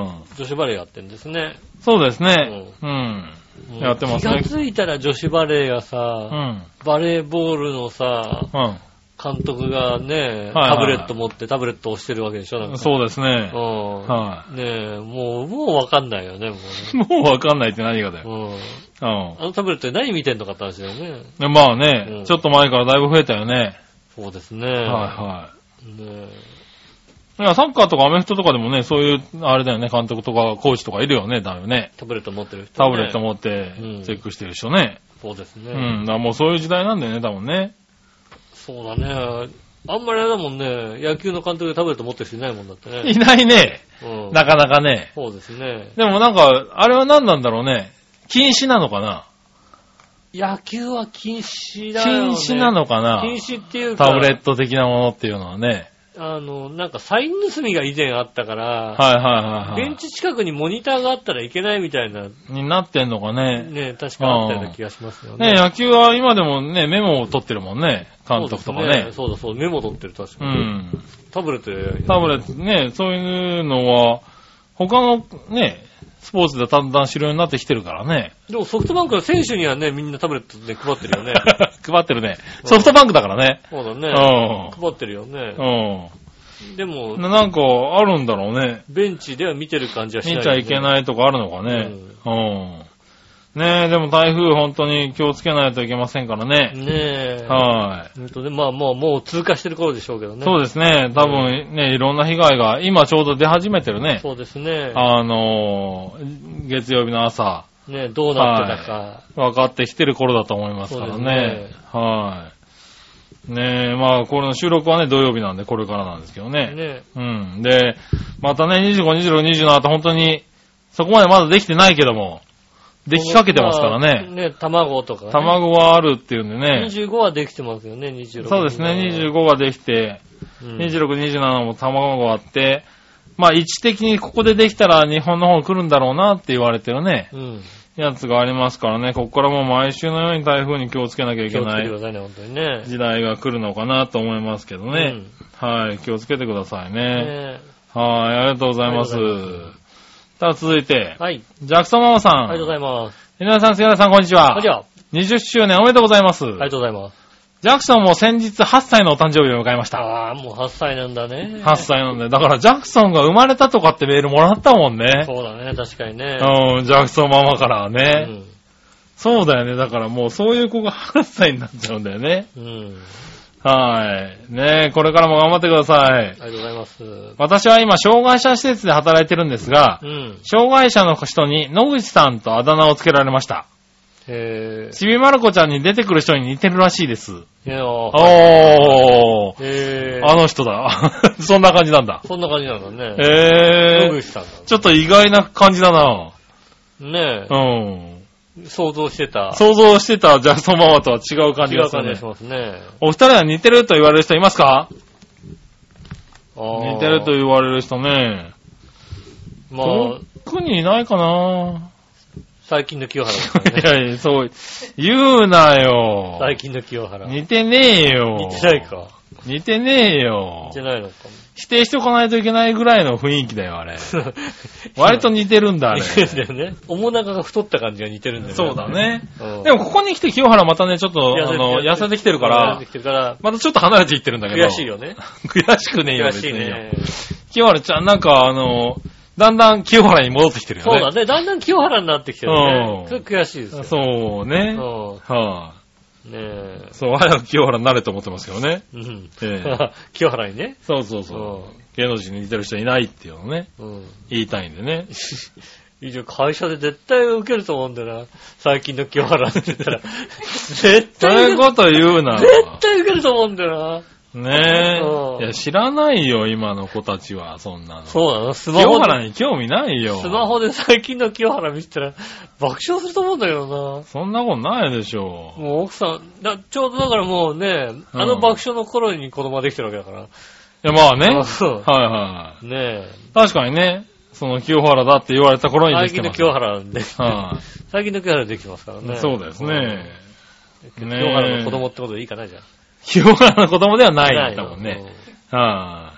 女子バレーやってんですね。 そうですね。うん。うん、やってますね。 気がついたら女子バレーがさ、うん、バレーボールのさ、うん、監督がね、はいはいはい、タブレット持ってタブレットを押してるわけでしょなんかそうですね。 うん。はい。ねえ、もう、もうわかんないよね、もうね。もうわかんないって何がだよ。うん。うん。 あのタブレットで何見てんのかって話だよね。 まあね、うん、ちょっと前からだいぶ増えたよね。 そうですね。 はいはい。 ねえ。 いや、サッカーとかアメフトとかでもね、そういう、あれだよね、監督とかコーチとかいるよね、だよね。 タブレット持ってる人、ね。 タブレット持って、チェックしてる人ね、 うん。そうですね。 うん。だからもうそういう時代なんだよね、多分ね。 そうだね。あんまりあれだもんね、野球の監督でタブレット持ってる人いないもんだってね。 いないね。うん、なかなかね。 そうですね。 でもなんか、あれは何なんだろうね。禁止なのかな。 野球は禁止だよね。 禁止なのかな。 禁止っていうか。 タブレット的なものっていうのはね。 あの、なんかサイン盗みが以前あったから、 はいはいはい、はい。 ベンチ近くにモニターがあったらいけないみたいな。 になってんのかね。 ね、確かあったような気がしますよね。ね、野球は今でもね、メモを取ってるもんね。監督とかね。 そうだそう、メモ取ってる確かに。うん。タブレットで。 タブレットね、そういうのは、他のね、スポーツでだんだん知るようになってきてるからね。 でもソフトバンクの選手にはね、みんなタブレットで配ってるよね。 配ってるね。ソフトバンクだからね。 そうだね。うん。配ってるよね。 うん。でも、 なんかあるんだろうね。 ベンチでは見てる感じはしない、ね。 見ちゃいけないとかあるのかね。うん。うんねえ、でも台風本当に気をつけないといけませんからね。 ねえ。 はい。 えっとね、まあもう、もう通過してる頃でしょうけどね。 そうですね。多分ね、いろんな被害が今ちょうど出始めてるね。 そうですね。 あのー、月曜日の朝。 ね、どうなってたか、はい。 分かってきてる頃だと思いますからね。ねはい。ねえ、まあこれの収録はね、土曜日なんでこれからなんですけどね。ねうん。で、またね、にじゅうご、にじゅうろく、にじゅうななと本当に、そこまでまだできてないけども、できかけてますからね。 まあ、ね、卵とか、ね。 卵はあるっていうんでね。 にじゅうごはできてますよね、にじゅうろく。 そうですね、にじゅうごができて、うん、にじゅうろく、にじゅうななも卵があって、まあ位置的にここでできたら日本の方来るんだろうなって言われてるね。うん。やつがありますからね、ここからもう毎週のように台風に気をつけなきゃいけない。気をつけてくださいね、本当にね。時代が来るのかなと思いますけどね。うん、はい、気をつけてくださいね。ねはい、ありがとうございます。さあ続いて、はい。ジャクソンママさん。 ありがとうございます。 皆さん、杉原さん、こんにちは。 こんにちは。 にじゅっしゅうねんおめでとうございます。ありがとうございます。 ジャクソンも先日はっさいのお誕生日を迎えました。 ああ、もうはっさいなんだね。 はっさいなんだ。だからジャクソンが生まれたとかってメールもらったもんね。 そうだね、確かにね。 うん、ジャクソンママからね。うん、そうだよね。だからもうそういう子がはっさいになっちゃうんだよね。うん。はい。ねえ、これからも頑張ってください。ありがとうございます。 私は今、障害者施設で働いてるんですが、うん、障害者の人に野口さんとあだ名をつけられました。へぇー。ちびまる子ちゃんに出てくる人に似てるらしいです。 へぇー。おー。へー。あの人だ。そんな感じなんだ。 そんな感じなんだね。 へー。 野口さんだ、ね。 ちょっと意外な感じだな。 ねえ。うん。想像してた。 想像してたジャクソンママとは違う感じがするね。 違う感じがしますね。 お二人は似てると言われる人いますか？似てると言われる人ね。まあ。特にいないかな。 最近の清原さんね。 いやいや、そう、言うなよ。 最近の清原。 似てねえよ。 似てないか。 似てねえよ。 似てないのかも。 否定しておかないといけないぐらいの雰囲気だよ、あれ。割と似てるんだ、あれ。 似てるんだよね。面長が太った感じが似てるんだよね。 そうだね。うん、でも、ここに来て清原またね、ちょっと、あの、痩せてきてるから、またちょっと離れていってるんだけど。 悔しいよね。 悔しくねえよ、 悔しいね。 清原ちゃん、なんか、あの、だんだん清原に戻ってきてるよね。 そうだね。だんだん清原になってきてるね。うん。悔しいですよ。 そうね。うん。はぁ、あ。 ねえ。 そう、早く清原になれと思ってますけどね。 うん。ええ、清原にね。 そうそうそう。うん、芸能人に似てる人いないっていうのをね。うん。言いたいんでね。 以上、会社で絶対受けると思うんだよな。最近の清原って言ったら。絶対。 そういうこと言うな。 絶対受けると思うんだよな。 ねえ、うん。いや、知らないよ、今の子たちは、そんなの。 そうなの？スマホ。 清原に興味ないよ。 スマホで最近の清原見てたら、爆笑すると思うんだけどな。 そんなことないでしょう。もう奥さん、だちょうどだからもうね、あの爆笑の頃に子供ができてるわけだから。 いや、まあね。はいはい。 ねえ。 確かにね、その清原だって言われた頃にできてます。 最近の清原で、はい、最近の清原できてますからね。 そうですね。 清原の子供ってことでいいかな、じゃあ。 清原の子供ではないんだもんね。はい、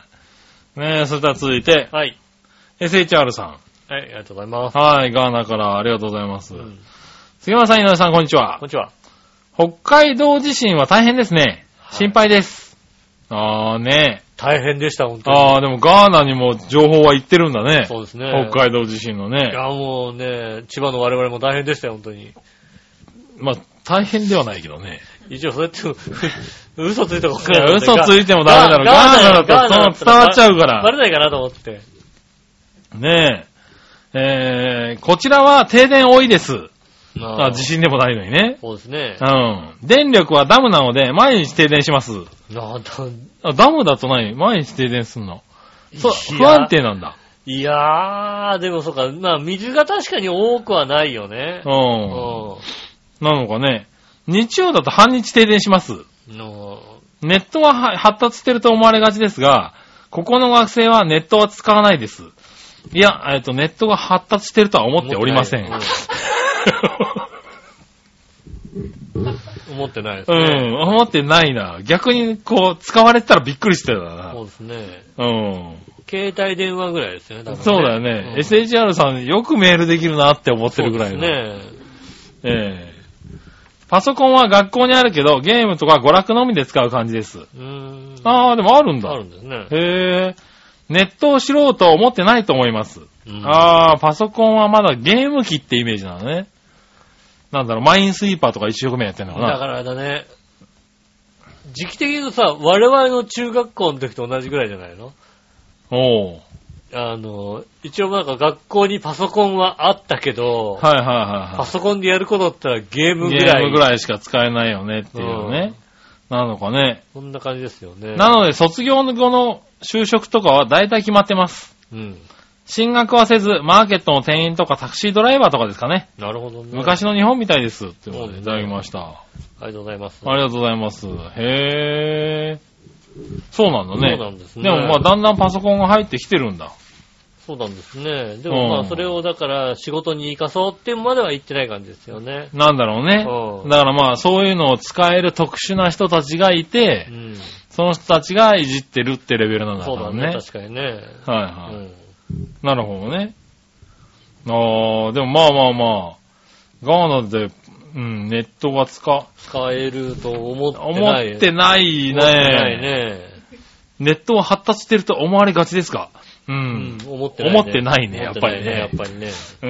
ねえ、それでは続いて。はい。エスエイチアール さん。 はい、ありがとうございます。 はい、ガーナからありがとうございます。うん、杉山さん、井上さん、こんにちは。 こんにちは。 北海道地震は大変ですね。心配です。あーね。 大変でした、本当に。 あー、でもガーナにも情報は行ってるんだね。 そうですね。 北海道地震のね。 いや、もうね、千葉の我々も大変でしたよ、本当に。 まあ、大変ではないけどね。 一応、そうやって、嘘ついてもいや、嘘ついてもダメだろ。ガーナだと伝わっちゃうから。 バレないかなと思って。 ねえ。えー、こちらは停電多いです。ああ、地震でもないのにね。 そうですね。 うん。電力はダムなので、毎日停電します。 ああ、ダムだとない毎日停電すんの。そう、不安定なんだ。 いやー、でもそうか、まあ、水が確かに多くはないよね。 うん。うん、なのかね。日曜だと半日停電します。のネットは発達してると思われがちですが、 ここの学生はネットは使わないです。いや、えっと、ネットが発達してるとは思っておりません。 思ってないですね。 うん、思ってないな。逆に、こう、使われてたらびっくりしてたな。 そうですね。 うん。 携帯電話ぐらいですよね、多分ね。 そうだよね、うん。エスエイチアール さん、よくメールできるなって思ってるぐらいの。そうですね。ええー。パソコンは学校にあるけど、ゲームとか娯楽のみで使う感じです。うーん。ああ、でもあるんだ。 あるんですね。 へえ。ネットを知ろうとは思ってないと思います。うん、ああ、パソコンはまだゲーム機ってイメージなのね。なんだろう、マインスイーパーとか一生懸命やってんのかな。 だからあれだね。時期的に言うとさ、我々の中学校の時と同じぐらいじゃないの？おー。あの、一応なんか学校にパソコンはあったけど、 はいはいはい、はい。 パソコンでやることだったらゲームぐらい。 ゲームぐらいしか使えないよねっていうね。うん、なのかね。 そんな感じですよね。 なので卒業後の就職とかは大体決まってます。うん。進学はせず、マーケットの店員とかタクシードライバーとかですかね。 なるほどね。 昔の日本みたいですってことでいただきました。 ありがとうございます。 ありがとうございます。へー。そうなんだね。 そうなんですね。 でもまあだんだんパソコンが入ってきてるんだ。 そうなんですね。でもまあそれをだから仕事に活かそうっていうまでは言ってない感じですよね。 なんだろうね。うん、だからまあそういうのを使える特殊な人たちがいて、うん、その人たちがいじってるってレベルなんだからね。 そうだね、確かにね。はいはい。うん、なるほどね。ああ、でもまあまあまあ、ガーナで、うん、ネットが使、 使えると思ってない。 思ってないね。思ってないね。ネットは発達してると思われがちですか？うん。 うん、思ってないね。 思ってないね、やっぱりね。 やっぱりね。 うん。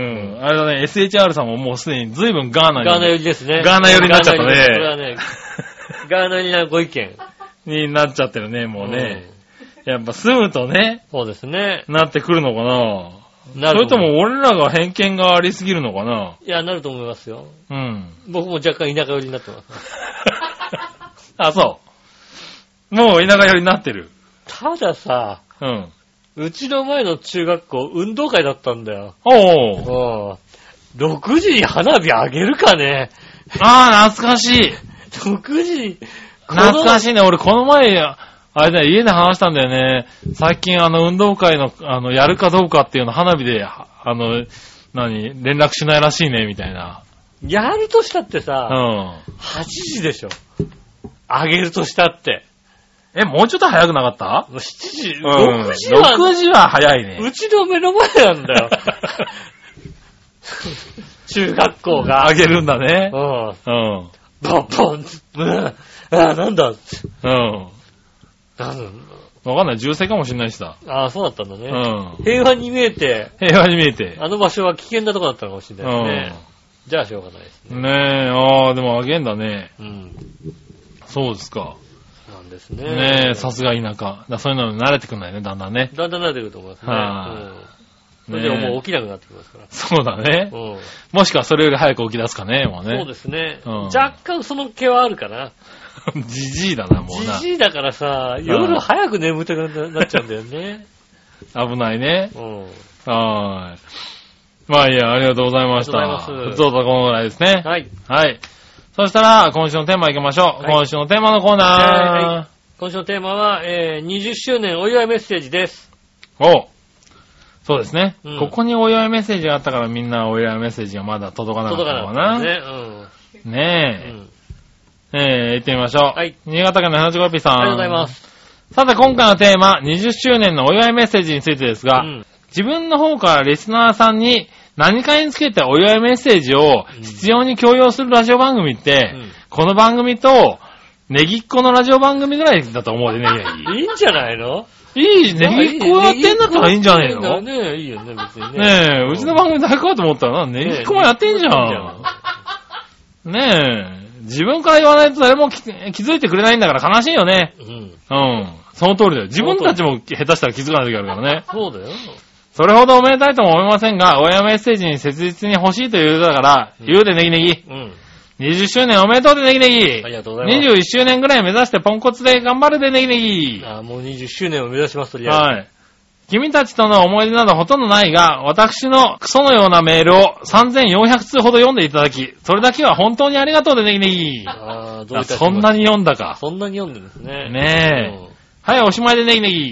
あれだね、エスエイチアール さんももうすでに随分ガーナに。 ガーナ寄りですね。 ガーナ寄りになっちゃったね。 これはね、ガーナ寄りなご意見。 になっちゃってるね、もうね。うん、やっぱ住むとね。 そうですね。 なってくるのかな。なるそれとも俺らが偏見がありすぎるのかな。 いや、なると思いますよ。 うん。 僕も若干田舎寄りになってます。 あ、そう。もう田舎寄りになってる。 たださ、うん。うちの前の中学校、運動会だったんだよ。 おー。 ろくじに花火あげるかね。 ああ、懐かしい。 ろくじに。 懐かしいね。俺この前、あれだよ、家で話したんだよね。最近あの運動会の、あの、やるかどうかっていうの花火で、あの、何、連絡しないらしいね、みたいな。 やるとしたってさ、うん。はちじでしょ。あげるとしたって。 え、もうちょっと早くなかった ? しちじ、うん、ろくじは。 ろくじは早いね。 うちの目の前なんだよ。中学校が。 あげるんだね。 うん。うん。ポンポン。うん。ああ、なんだ。うん。なんだ。 わかんない。銃声かもしれないしさ。 ああ、そうだったんだね。うん。平和に見えて。 平和に見えて。 あの場所は危険なとこだったのかもしれないですね。うん。じゃあしょうがないですね。 ねえ、ああ、でもあげんだね。うん。そうですか。 なんですね。 ねえ、さすが田舎。だそういうのに慣れてくんないね、だんだんね。 だんだん慣れてくると思いますね。はい、うん。それでももう起きなくなってきますから。 そうだね。うん。もしくはそれより早く起き出すかね、もうね。 そうですね。うん、若干その気はあるかな。 じじいだな、もうな。 じじいだからさ、夜早く眠たくなっちゃうんだよね。 危ないね。うん。はーい。まあいいや、ありがとうございました。ありがとうございます。そうだ、このぐらいですね。はい。はい。そしたら、今週のテーマ行きましょう。はい、今週のテーマのコーナー。はいはい、 今週のテーマは、えー、にじゅっしゅうねんお祝いメッセージです。 おそうですね、うん。ここにお祝いメッセージがあったからみんなお祝いメッセージがまだ届かなかったのかな。届かなかったね。うん、ねえ。うんえー、行ってみましょう。はい。新潟県の花ちごぴさん。 ありがとうございます。 さて、今回のテーマ、にじゅっしゅうねんのお祝いメッセージについてですが、うん、自分の方からリスナーさんに何かにつけてお祝いメッセージを必要に強要するラジオ番組って、うん、この番組と、ネギっ子のラジオ番組ぐらいだと思うでね。 いいんじゃないのいい、ネギっ子やってんだったらいいんじゃねえのねえ、いいよね、別にね。 ねえ、うちの番組誰かと思ったらな、ネギっ子もやってんじゃん。ねえ。自分から言わないと誰も気づいてくれないんだから悲しいよね。うん。うん。その通りだよ。自分たちも下手したら気づかない時あるからね。 そうだよ。 それほどおめでたいとも思いませんが、親メッセージに切実に欲しいという歌だから、うん、言うでネギネギ。うん。にじゅっしゅうねんおめでとうでネギネギ。 ありがとうございます。 にじゅういっしゅうねんぐらい目指してポンコツで頑張るでネギネギ。 ああ、もうにじゅっしゅうねんを目指しますとりあえず。はい。 君たちとの思い出などほとんどないが、私のクソのようなメールをさんぜんよんひゃくつうほど読んでいただき、それだけは本当にありがとうでネギネギ。ああ、どういったそんなに読んだか。 そんなに読んでるんですね。 ねえ。うん、はい、おしまいでネギネギ。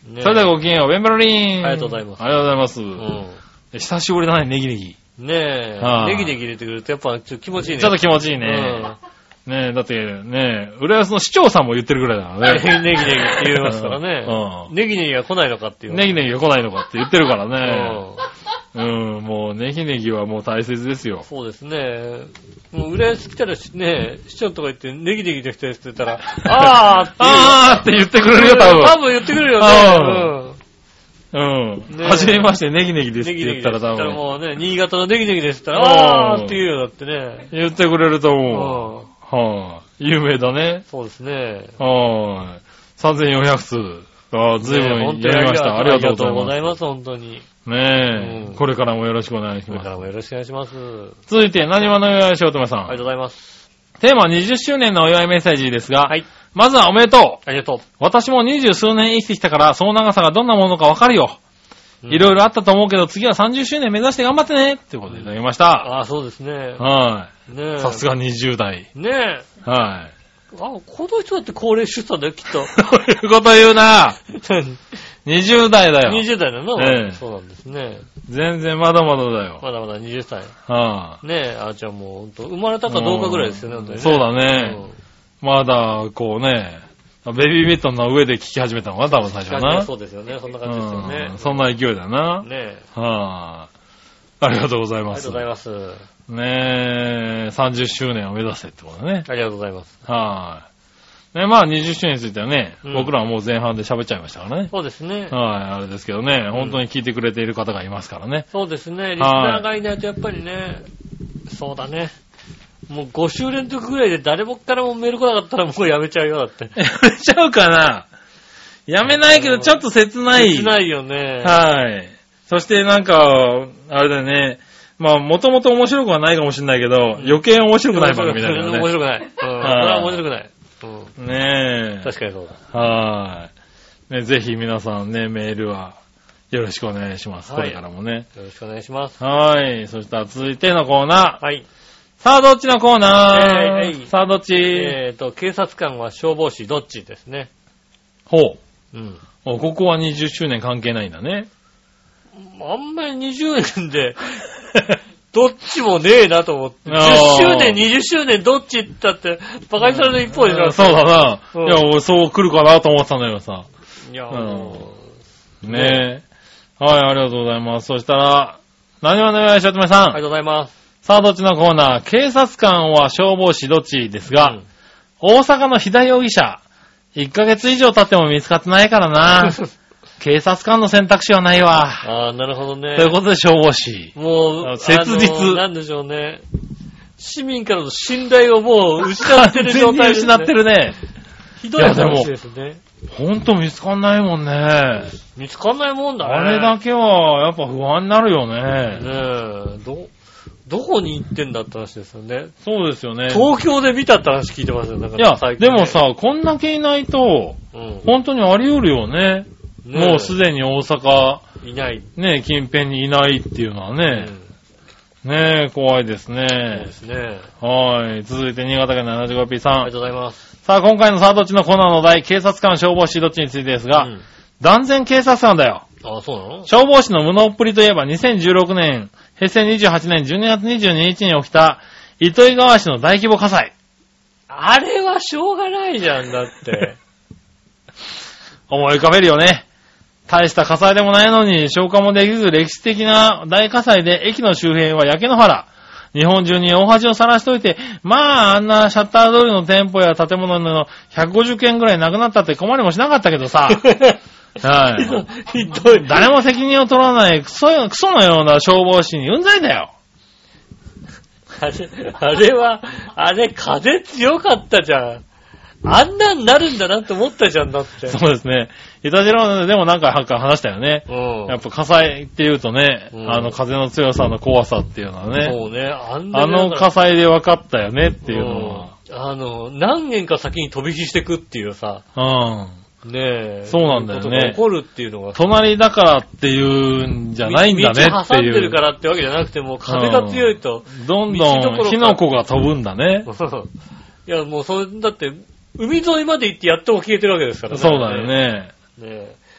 ね、それではごきげんよう、ベンブラリーン。 ありがとうございます。 ありがとうございます。うん、久しぶりだね、ネギネギ。 ねえ、はあ、ネギネギ入れてくるとやっぱちょっと気持ちいいね。 ちょっと気持ちいいね。うん、ねえ、だってね、浦安の市長さんも言ってるぐらいだからね。 ネギネギって言いますからね。うん、ネギネギが来ないのかっていう。 ネギネギが来ないのかって言ってるからね。うん、うん、もうネギネギはもう大切ですよ。 そうですね。もう浦安来たらね、市長とか言ってネギネギできたやつって言ったら、あーってあーって言ってくれるよ、多分。 多分言ってくれるよね。 うん。うん。ね、はじめまして、ネギネギですって言ったら多分。ネギネギですって言ったらもうね、新潟のネギネギですって言ったら、あーって言うよ、だってね。 言ってくれると思う。はぁ、あ。有名だね。 そうですね。 はい。さんぜんよんひゃくつう。ああ、ずいぶん読みました。ありがとうございます。 本当に。 ねえ、うん、これからもよろしくお願いします。 これからもよろしくお願いします。 続いて、何話のお祝いしようとめさん。 ありがとうございます。 テーマはにじゅっしゅうねんのお祝いメッセージですが、 はい。 まずはおめでとう。 ありがとう。 私も二十数年生きてきたから、その長さがどんなものかわかるよ。いろいろあったと思うけど、次はさんじゅっしゅうねん目指して頑張ってねってことでいただきました。 ああ、そうですね。 はい。ねえ。さすがにじゅう代。 ねえ。 はい。 あ、この人だって高齢出産だよ、きっと。 そういうこと言うな。にじゅう代だよ。 にじゅう代だな、ええ。そうなんですね。 全然まだまだだよ。 まだまだはたち。 はあ、ねえ、あーちゃんもほんと、生まれたかどうかぐらいですよね、本当にね。 そうだね。うん、まだ、こうね、ベビーベッドの上で聞き始めたのかな、多分最初はな。 そうですよね、そんな感じですよね。 うん、そんな勢いだな。 ねえ。 はあ、ありがとうございます。 ありがとうございます。 ねえ、さんじゅっしゅうねんを目指せってことね。 ありがとうございます。 はい、ね、まあにじゅっしゅうねんについてはね、うん、僕らはもう前半で喋っちゃいましたからね。 そうですね。 はい、あれですけどね、本当に聞いてくれている方がいますからね。 そうですね、リスナーがいないとやっぱりね、そうだね。もうご週連続ぐらいで誰もからもメール来なかったらもうやめちゃうよ、だって。 やめちゃうかな。やめないけどちょっと切ない。 切ないよね。 はい。そしてなんか、あれだよね。まあ、もともと面白くはないかもしれないけど、余計面白くない番組だよね。 面白くない。うん。それは面白くない。 うん、ねえ。 確かにそうだ。はい。ね、ぜひ皆さんね、メールはよろしくお願いします。はい、これからもね。 よろしくお願いします。 はい。そしたら続いてのコーナー。 はい。 さあ、どっちのコーナー、えー、さあ、どっちえっ、ー、と、警察官は消防士、どっちですね。 ほう。 うん。 お、ここはにじゅっしゅうねん関係ないんだね。 あんまりにじゅうねんで、どっちもねえなと思って。じゅっしゅうねん、にじゅっしゅうねんどっちって言ったって、馬鹿にされる一方でしょ。 そうだな。うん、いや、俺そう来るかなと思ってたんだよさ。 いや、 うん、ねえ。はい、ありがとうございます。そしたら、何をお願いしようとめさん。ありがとうございます。 さあ、どっちのコーナー、警察官は消防士どっちですが、うん、大阪の飛騨容疑者、いっかげつ以上経っても見つかってないからな。警察官の選択肢はないわ。 ああ、なるほどね。 ということで消防士。 もう、 切実。 なんでしょうね。市民からの信頼をもう失ってる状態ですね。 失ってるね。 ひどい話ですね。 ほんと見つかんないもんね。 見つかんないもんだね。 あれだけはやっぱ不安になるよね。 ねえ、ど、どこに行ってんだって話ですよね。 そうですよね。 東京で見たって話聞いてますよ。だからいや、でもさ、こんだけいないと、うん、本当にあり得るよね。ね、もうすでに大阪、 いない。 ね、近辺にいないっていうのはね、うん、ねえ、怖いですね。 そうですね。 はい。続いて、新潟県 ななじゅうごピー さん。ありがとうございます。 さあ、今回のさあどっちのコーナーのお題、警察官、消防士どっちについてですが、うん、断然警察官だよ。 ああ、そうなの？ 消防士の無能っぷりといえば、にせんじゅうろくねん、へいせいにじゅうはちねんじゅうにがつにじゅうににちに起きた、糸魚川市の大規模火災。 あれはしょうがないじゃん、だって。 思い浮かべるよね。大した火災でもないのに消火もできず歴史的な大火災で駅の周辺は焼け野原。日本中に大恥をさらしといて、まああんなシャッター通りの店舗や建物のひゃくごじゅっけんぐらいなくなったって困りもしなかったけどさ。はい。ひどい。誰も責任を取らないクソ、クソのような消防士にうんざりだよ。 あれ、あれは、あれ風強かったじゃん。あんなんなるんだなって思ったじゃんだって。 そうですね。いたじらでもなんか話したよね。うん。やっぱ火災って言うとね、うん、あの風の強さの怖さっていうのはね。 そうね。あんなあの火災で分かったよねっていうのは。 うん、あの、何軒か先に飛び火してくっていうさ。 うん。 ねえ。 そうなんだよね。 起こるっていうのが。 隣だからっていうんじゃないんだねっていう。 道挟んでるからってわけじゃなくても、風が強いと、 うん。どんどん火の粉が飛ぶんだね。 いや、もうそれ、だって、海沿いまで行ってやっと消えてるわけですからね。 そうだよね。 ね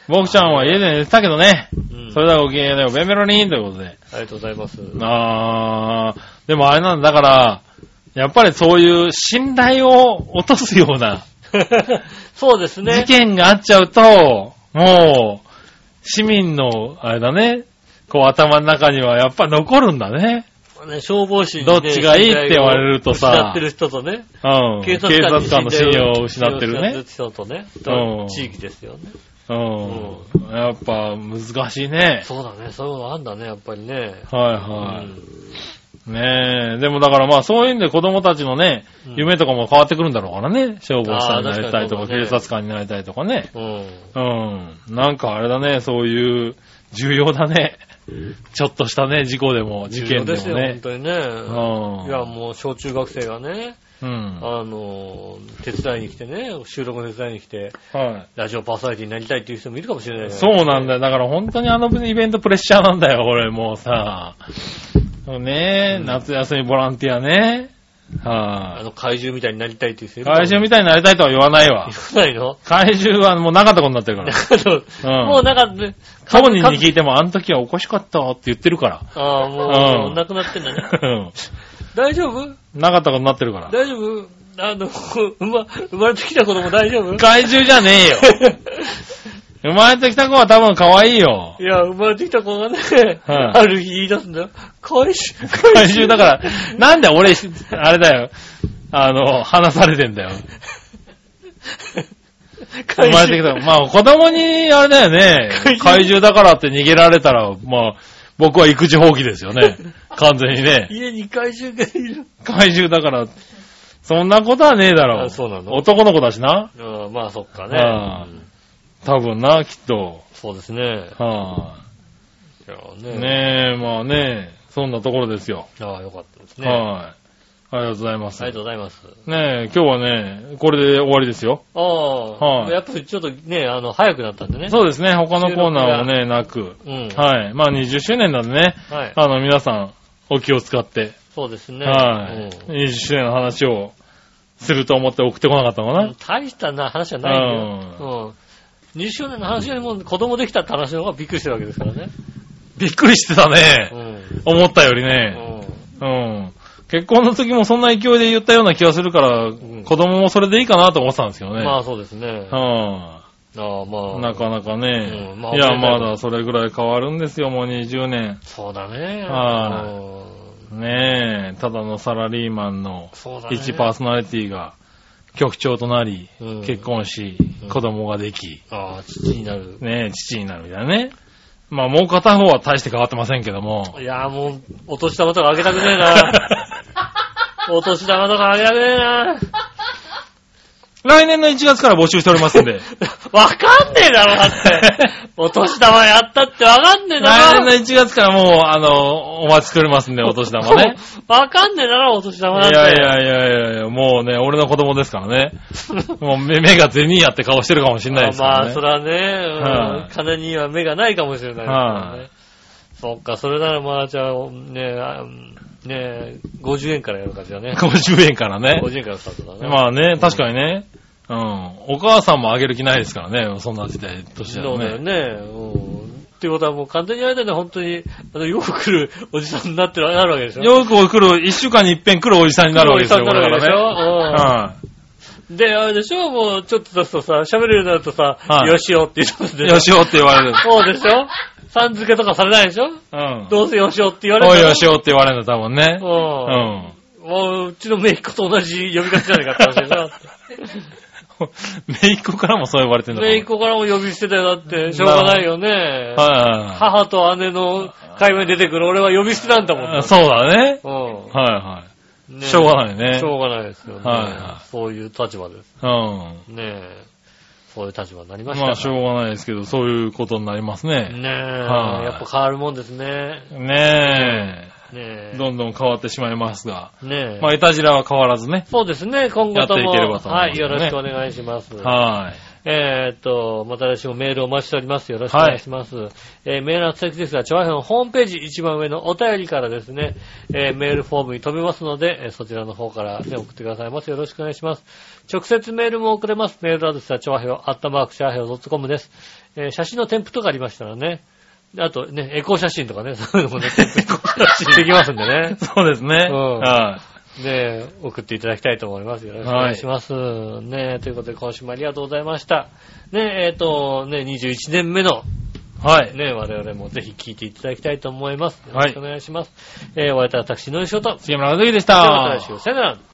僕ちゃんは家で寝てたけどね。 うん、 それではごきげんようでおべんべろにーということで。 ありがとうございます。 あー、でもあれなんだ、だから、やっぱりそういう信頼を落とすような、 そうですね。 事件があっちゃうと、もう、市民の、あれだね、こう頭の中にはやっぱ残るんだね。 ね、消防士に、ね、 どっちがいいって言われるとさ、 失ってる人とね、 うん、警察官の信用を失ってるね。 人とね、うん、地域ですよね。 うん、うん。やっぱ難しいね。 そうだね、そういうのあんだね、やっぱりね。 はいはい。うん、ねえ、でもだからまあそういうんで子供たちのね、うん、夢とかも変わってくるんだろうからね。消防士になりたいとか、ね、警察官になりたいとかね。うん。うん。なんかあれだね、そういう、重要だね。ちょっとしたね、事故でも、事件でもね。ですよ、 本当にね。うん。いや、もう小中学生がね、うん。あの、手伝いに来てね、収録の手伝いに来て、はい。ラジオパーソナリティになりたいっていう人もいるかもしれない、ね。 そうなんだよ。だから本当にあのイベントプレッシャーなんだよ、俺もうさ。ねえ、うん、夏休みボランティアね。はい、あ。 あの怪獣みたいになりたいっていう人いるかも。怪獣みたいになりたいとは言わないわ。 言わないの？ 怪獣はもうなかったことになってるから。 うん、もうなかった。 当人に聞いてもあの時はおかしかったって言ってるから。 ああ、もう、うん、なくなってんだね。うん、大丈夫？ なかったことになってるから。 大丈夫？あの、生ま、生まれてきた子供大丈夫？ 怪獣じゃねえよ。生まれてきた子は多分可愛いよ。 いや、生まれてきた子がね、はい、ある日言い出すんだよ。怪獣、 怪獣だから、なんで俺、あれだよ、あの、話されてんだよ。生まれてきた。まあ子供に、あれだよね、怪獣だからって逃げられたら、まあ、僕は育児放棄ですよね。完全にね。 家に怪獣がいる。 怪獣だから、そんなことはねえだろ。 あ、そうなの？ 男の子だしな。 うん、まあそっかね。あ多分な、きっと。 そうですね。 はい、あ、ね, ねえ、まあね、そんなところですよ。 ああ、よかったですね。 はい、あ。ありがとうございます。 ありがとうございます。 ねえ、今日はね、これで終わりですよ。 ああ。はい、やっぱりちょっとね、あの、早くなったんでね。 そうですね、他のコーナーもね、なく。うん。はい。まあにじゅっしゅうねんなんでね。はい。あの、皆さん、お気を使って。 そうですね。 はい。うん、にじゅっしゅうねんの話をすると思って送ってこなかったのかな。 大したな話じゃないんだよ。うん。にじゅっしゅうねんの話よりも子供できたって話の方がびっくりしてるわけですからね。 びっくりしてたね。うん、思ったよりね、うん。うん。結婚の時もそんな勢いで言ったような気がするから、うん、子供もそれでいいかなと思ってたんですけどね。 まあそうですね。 うん。ああまあ。なかなかね。うんまあ、いや、まだそれぐらい変わるんですよ、もうにじゅうねん。 そうだね。 はい、ねえ、ただのサラリーマンの一パーソナリティが、局長となり、うん、結婚し、うん、子供ができ、 ああ、父になる。 ねえ、父になるみたいなね。まあ、もう片方は大して変わってませんけども。 いやーもう、お年玉とかあげたくねえな。お年玉とかあげたくねえな。 来年のいちがつから募集しておりますんで。 わかんねえだろ、だって。お年玉やったってわかんねえだろ。 来年のいちがつからもう、あの、お待ちしておりますんで、お年玉ね。 わかんねえだろ、お年玉なんて。 いやいやいやいやもうね、俺の子供ですからね。もう目が銭やって顔してるかもしれないですからね。 まあ、そらね、うんはあ、金には目がないかもしれないですからね。はあ、そっか、それならまあ、じゃあ、ね、ねごじゅうえんからやるかじゃね。 ごじゅうえんからね。 ごじゅうえんからスタートだね。 まあね、確かにね。うん。お母さんもあげる気ないですからね、そんな時代としてはね。 そうだよね。うん。っていうことはもう完全にあれだね、本当に、あの、よく来るおじさんになってる、なるわけでしょ。 よく来る、一週間に一遍来るおじさんになるわけですよ、これからね。 はい。で、あれでしょ、もう、ちょっと経つとさ、喋れるようになるとさ、はい、よしおって言ってますね。 よしおって言われる。 そうでしょさん付けとかされないでしょうん。どうせよしおって言われる。 おいよしおって言われるんだ、多分ね。うん。うん。 もう、うちの姪っ子と同じ呼び方じゃないかって話でしょ姪っ子からもそう呼ばれてんのか姪っ子からも呼び捨てだよ、だって。しょうがないよね。はいはい。母と姉の会話に出てくる俺は呼び捨てなんだもん。 そうだね。うん。はいはい。ね、しょうがないね。 しょうがないですよね。はいはい。そういう立場です。うん。ねえ。そういう立場になりました。 まあしょうがないですけど、そういうことになりますね。 ねえ。はい。やっぱ変わるもんですね。 ねえ。ねえ。どんどん変わってしまいますが。 ねえ。 まあ、いたじらは変わらずね。 そうですね、今後とも。 やっていければと思います、ね。 はい、よろしくお願いします。 はい。 えー、っと、また私もメールをお待ちしております。よろしくお願いします。はい、えー、メールの先ですが、チョアヘヨのホームページ一番上のお便りからですね、えー、メールフォームに飛べますので、えー、そちらの方から、ね、送ってくださいます。よろしくお願いします。直接メールも送れます。メールアドレスはチョアヘヨアットマークチョアヘヨドットコムです。えー、写真の添付とかありましたらね。あとね、エコー写真とかね、そういうのもね、添付できますんでね。 そうですね。 うん。 はい。 ねえ、送っていただきたいと思います。よろしくお願いします。はい、ねえ、ということで今週もありがとうございました。ねえ、えっと、ね、にじゅういちねんめの、はい。ねえ、我々もぜひ聞いていただきたいと思います。よろしくお願いします。はい、えー、お会いいたい私の仕事。 杉村和之でした。 ではまた来週、さよなら。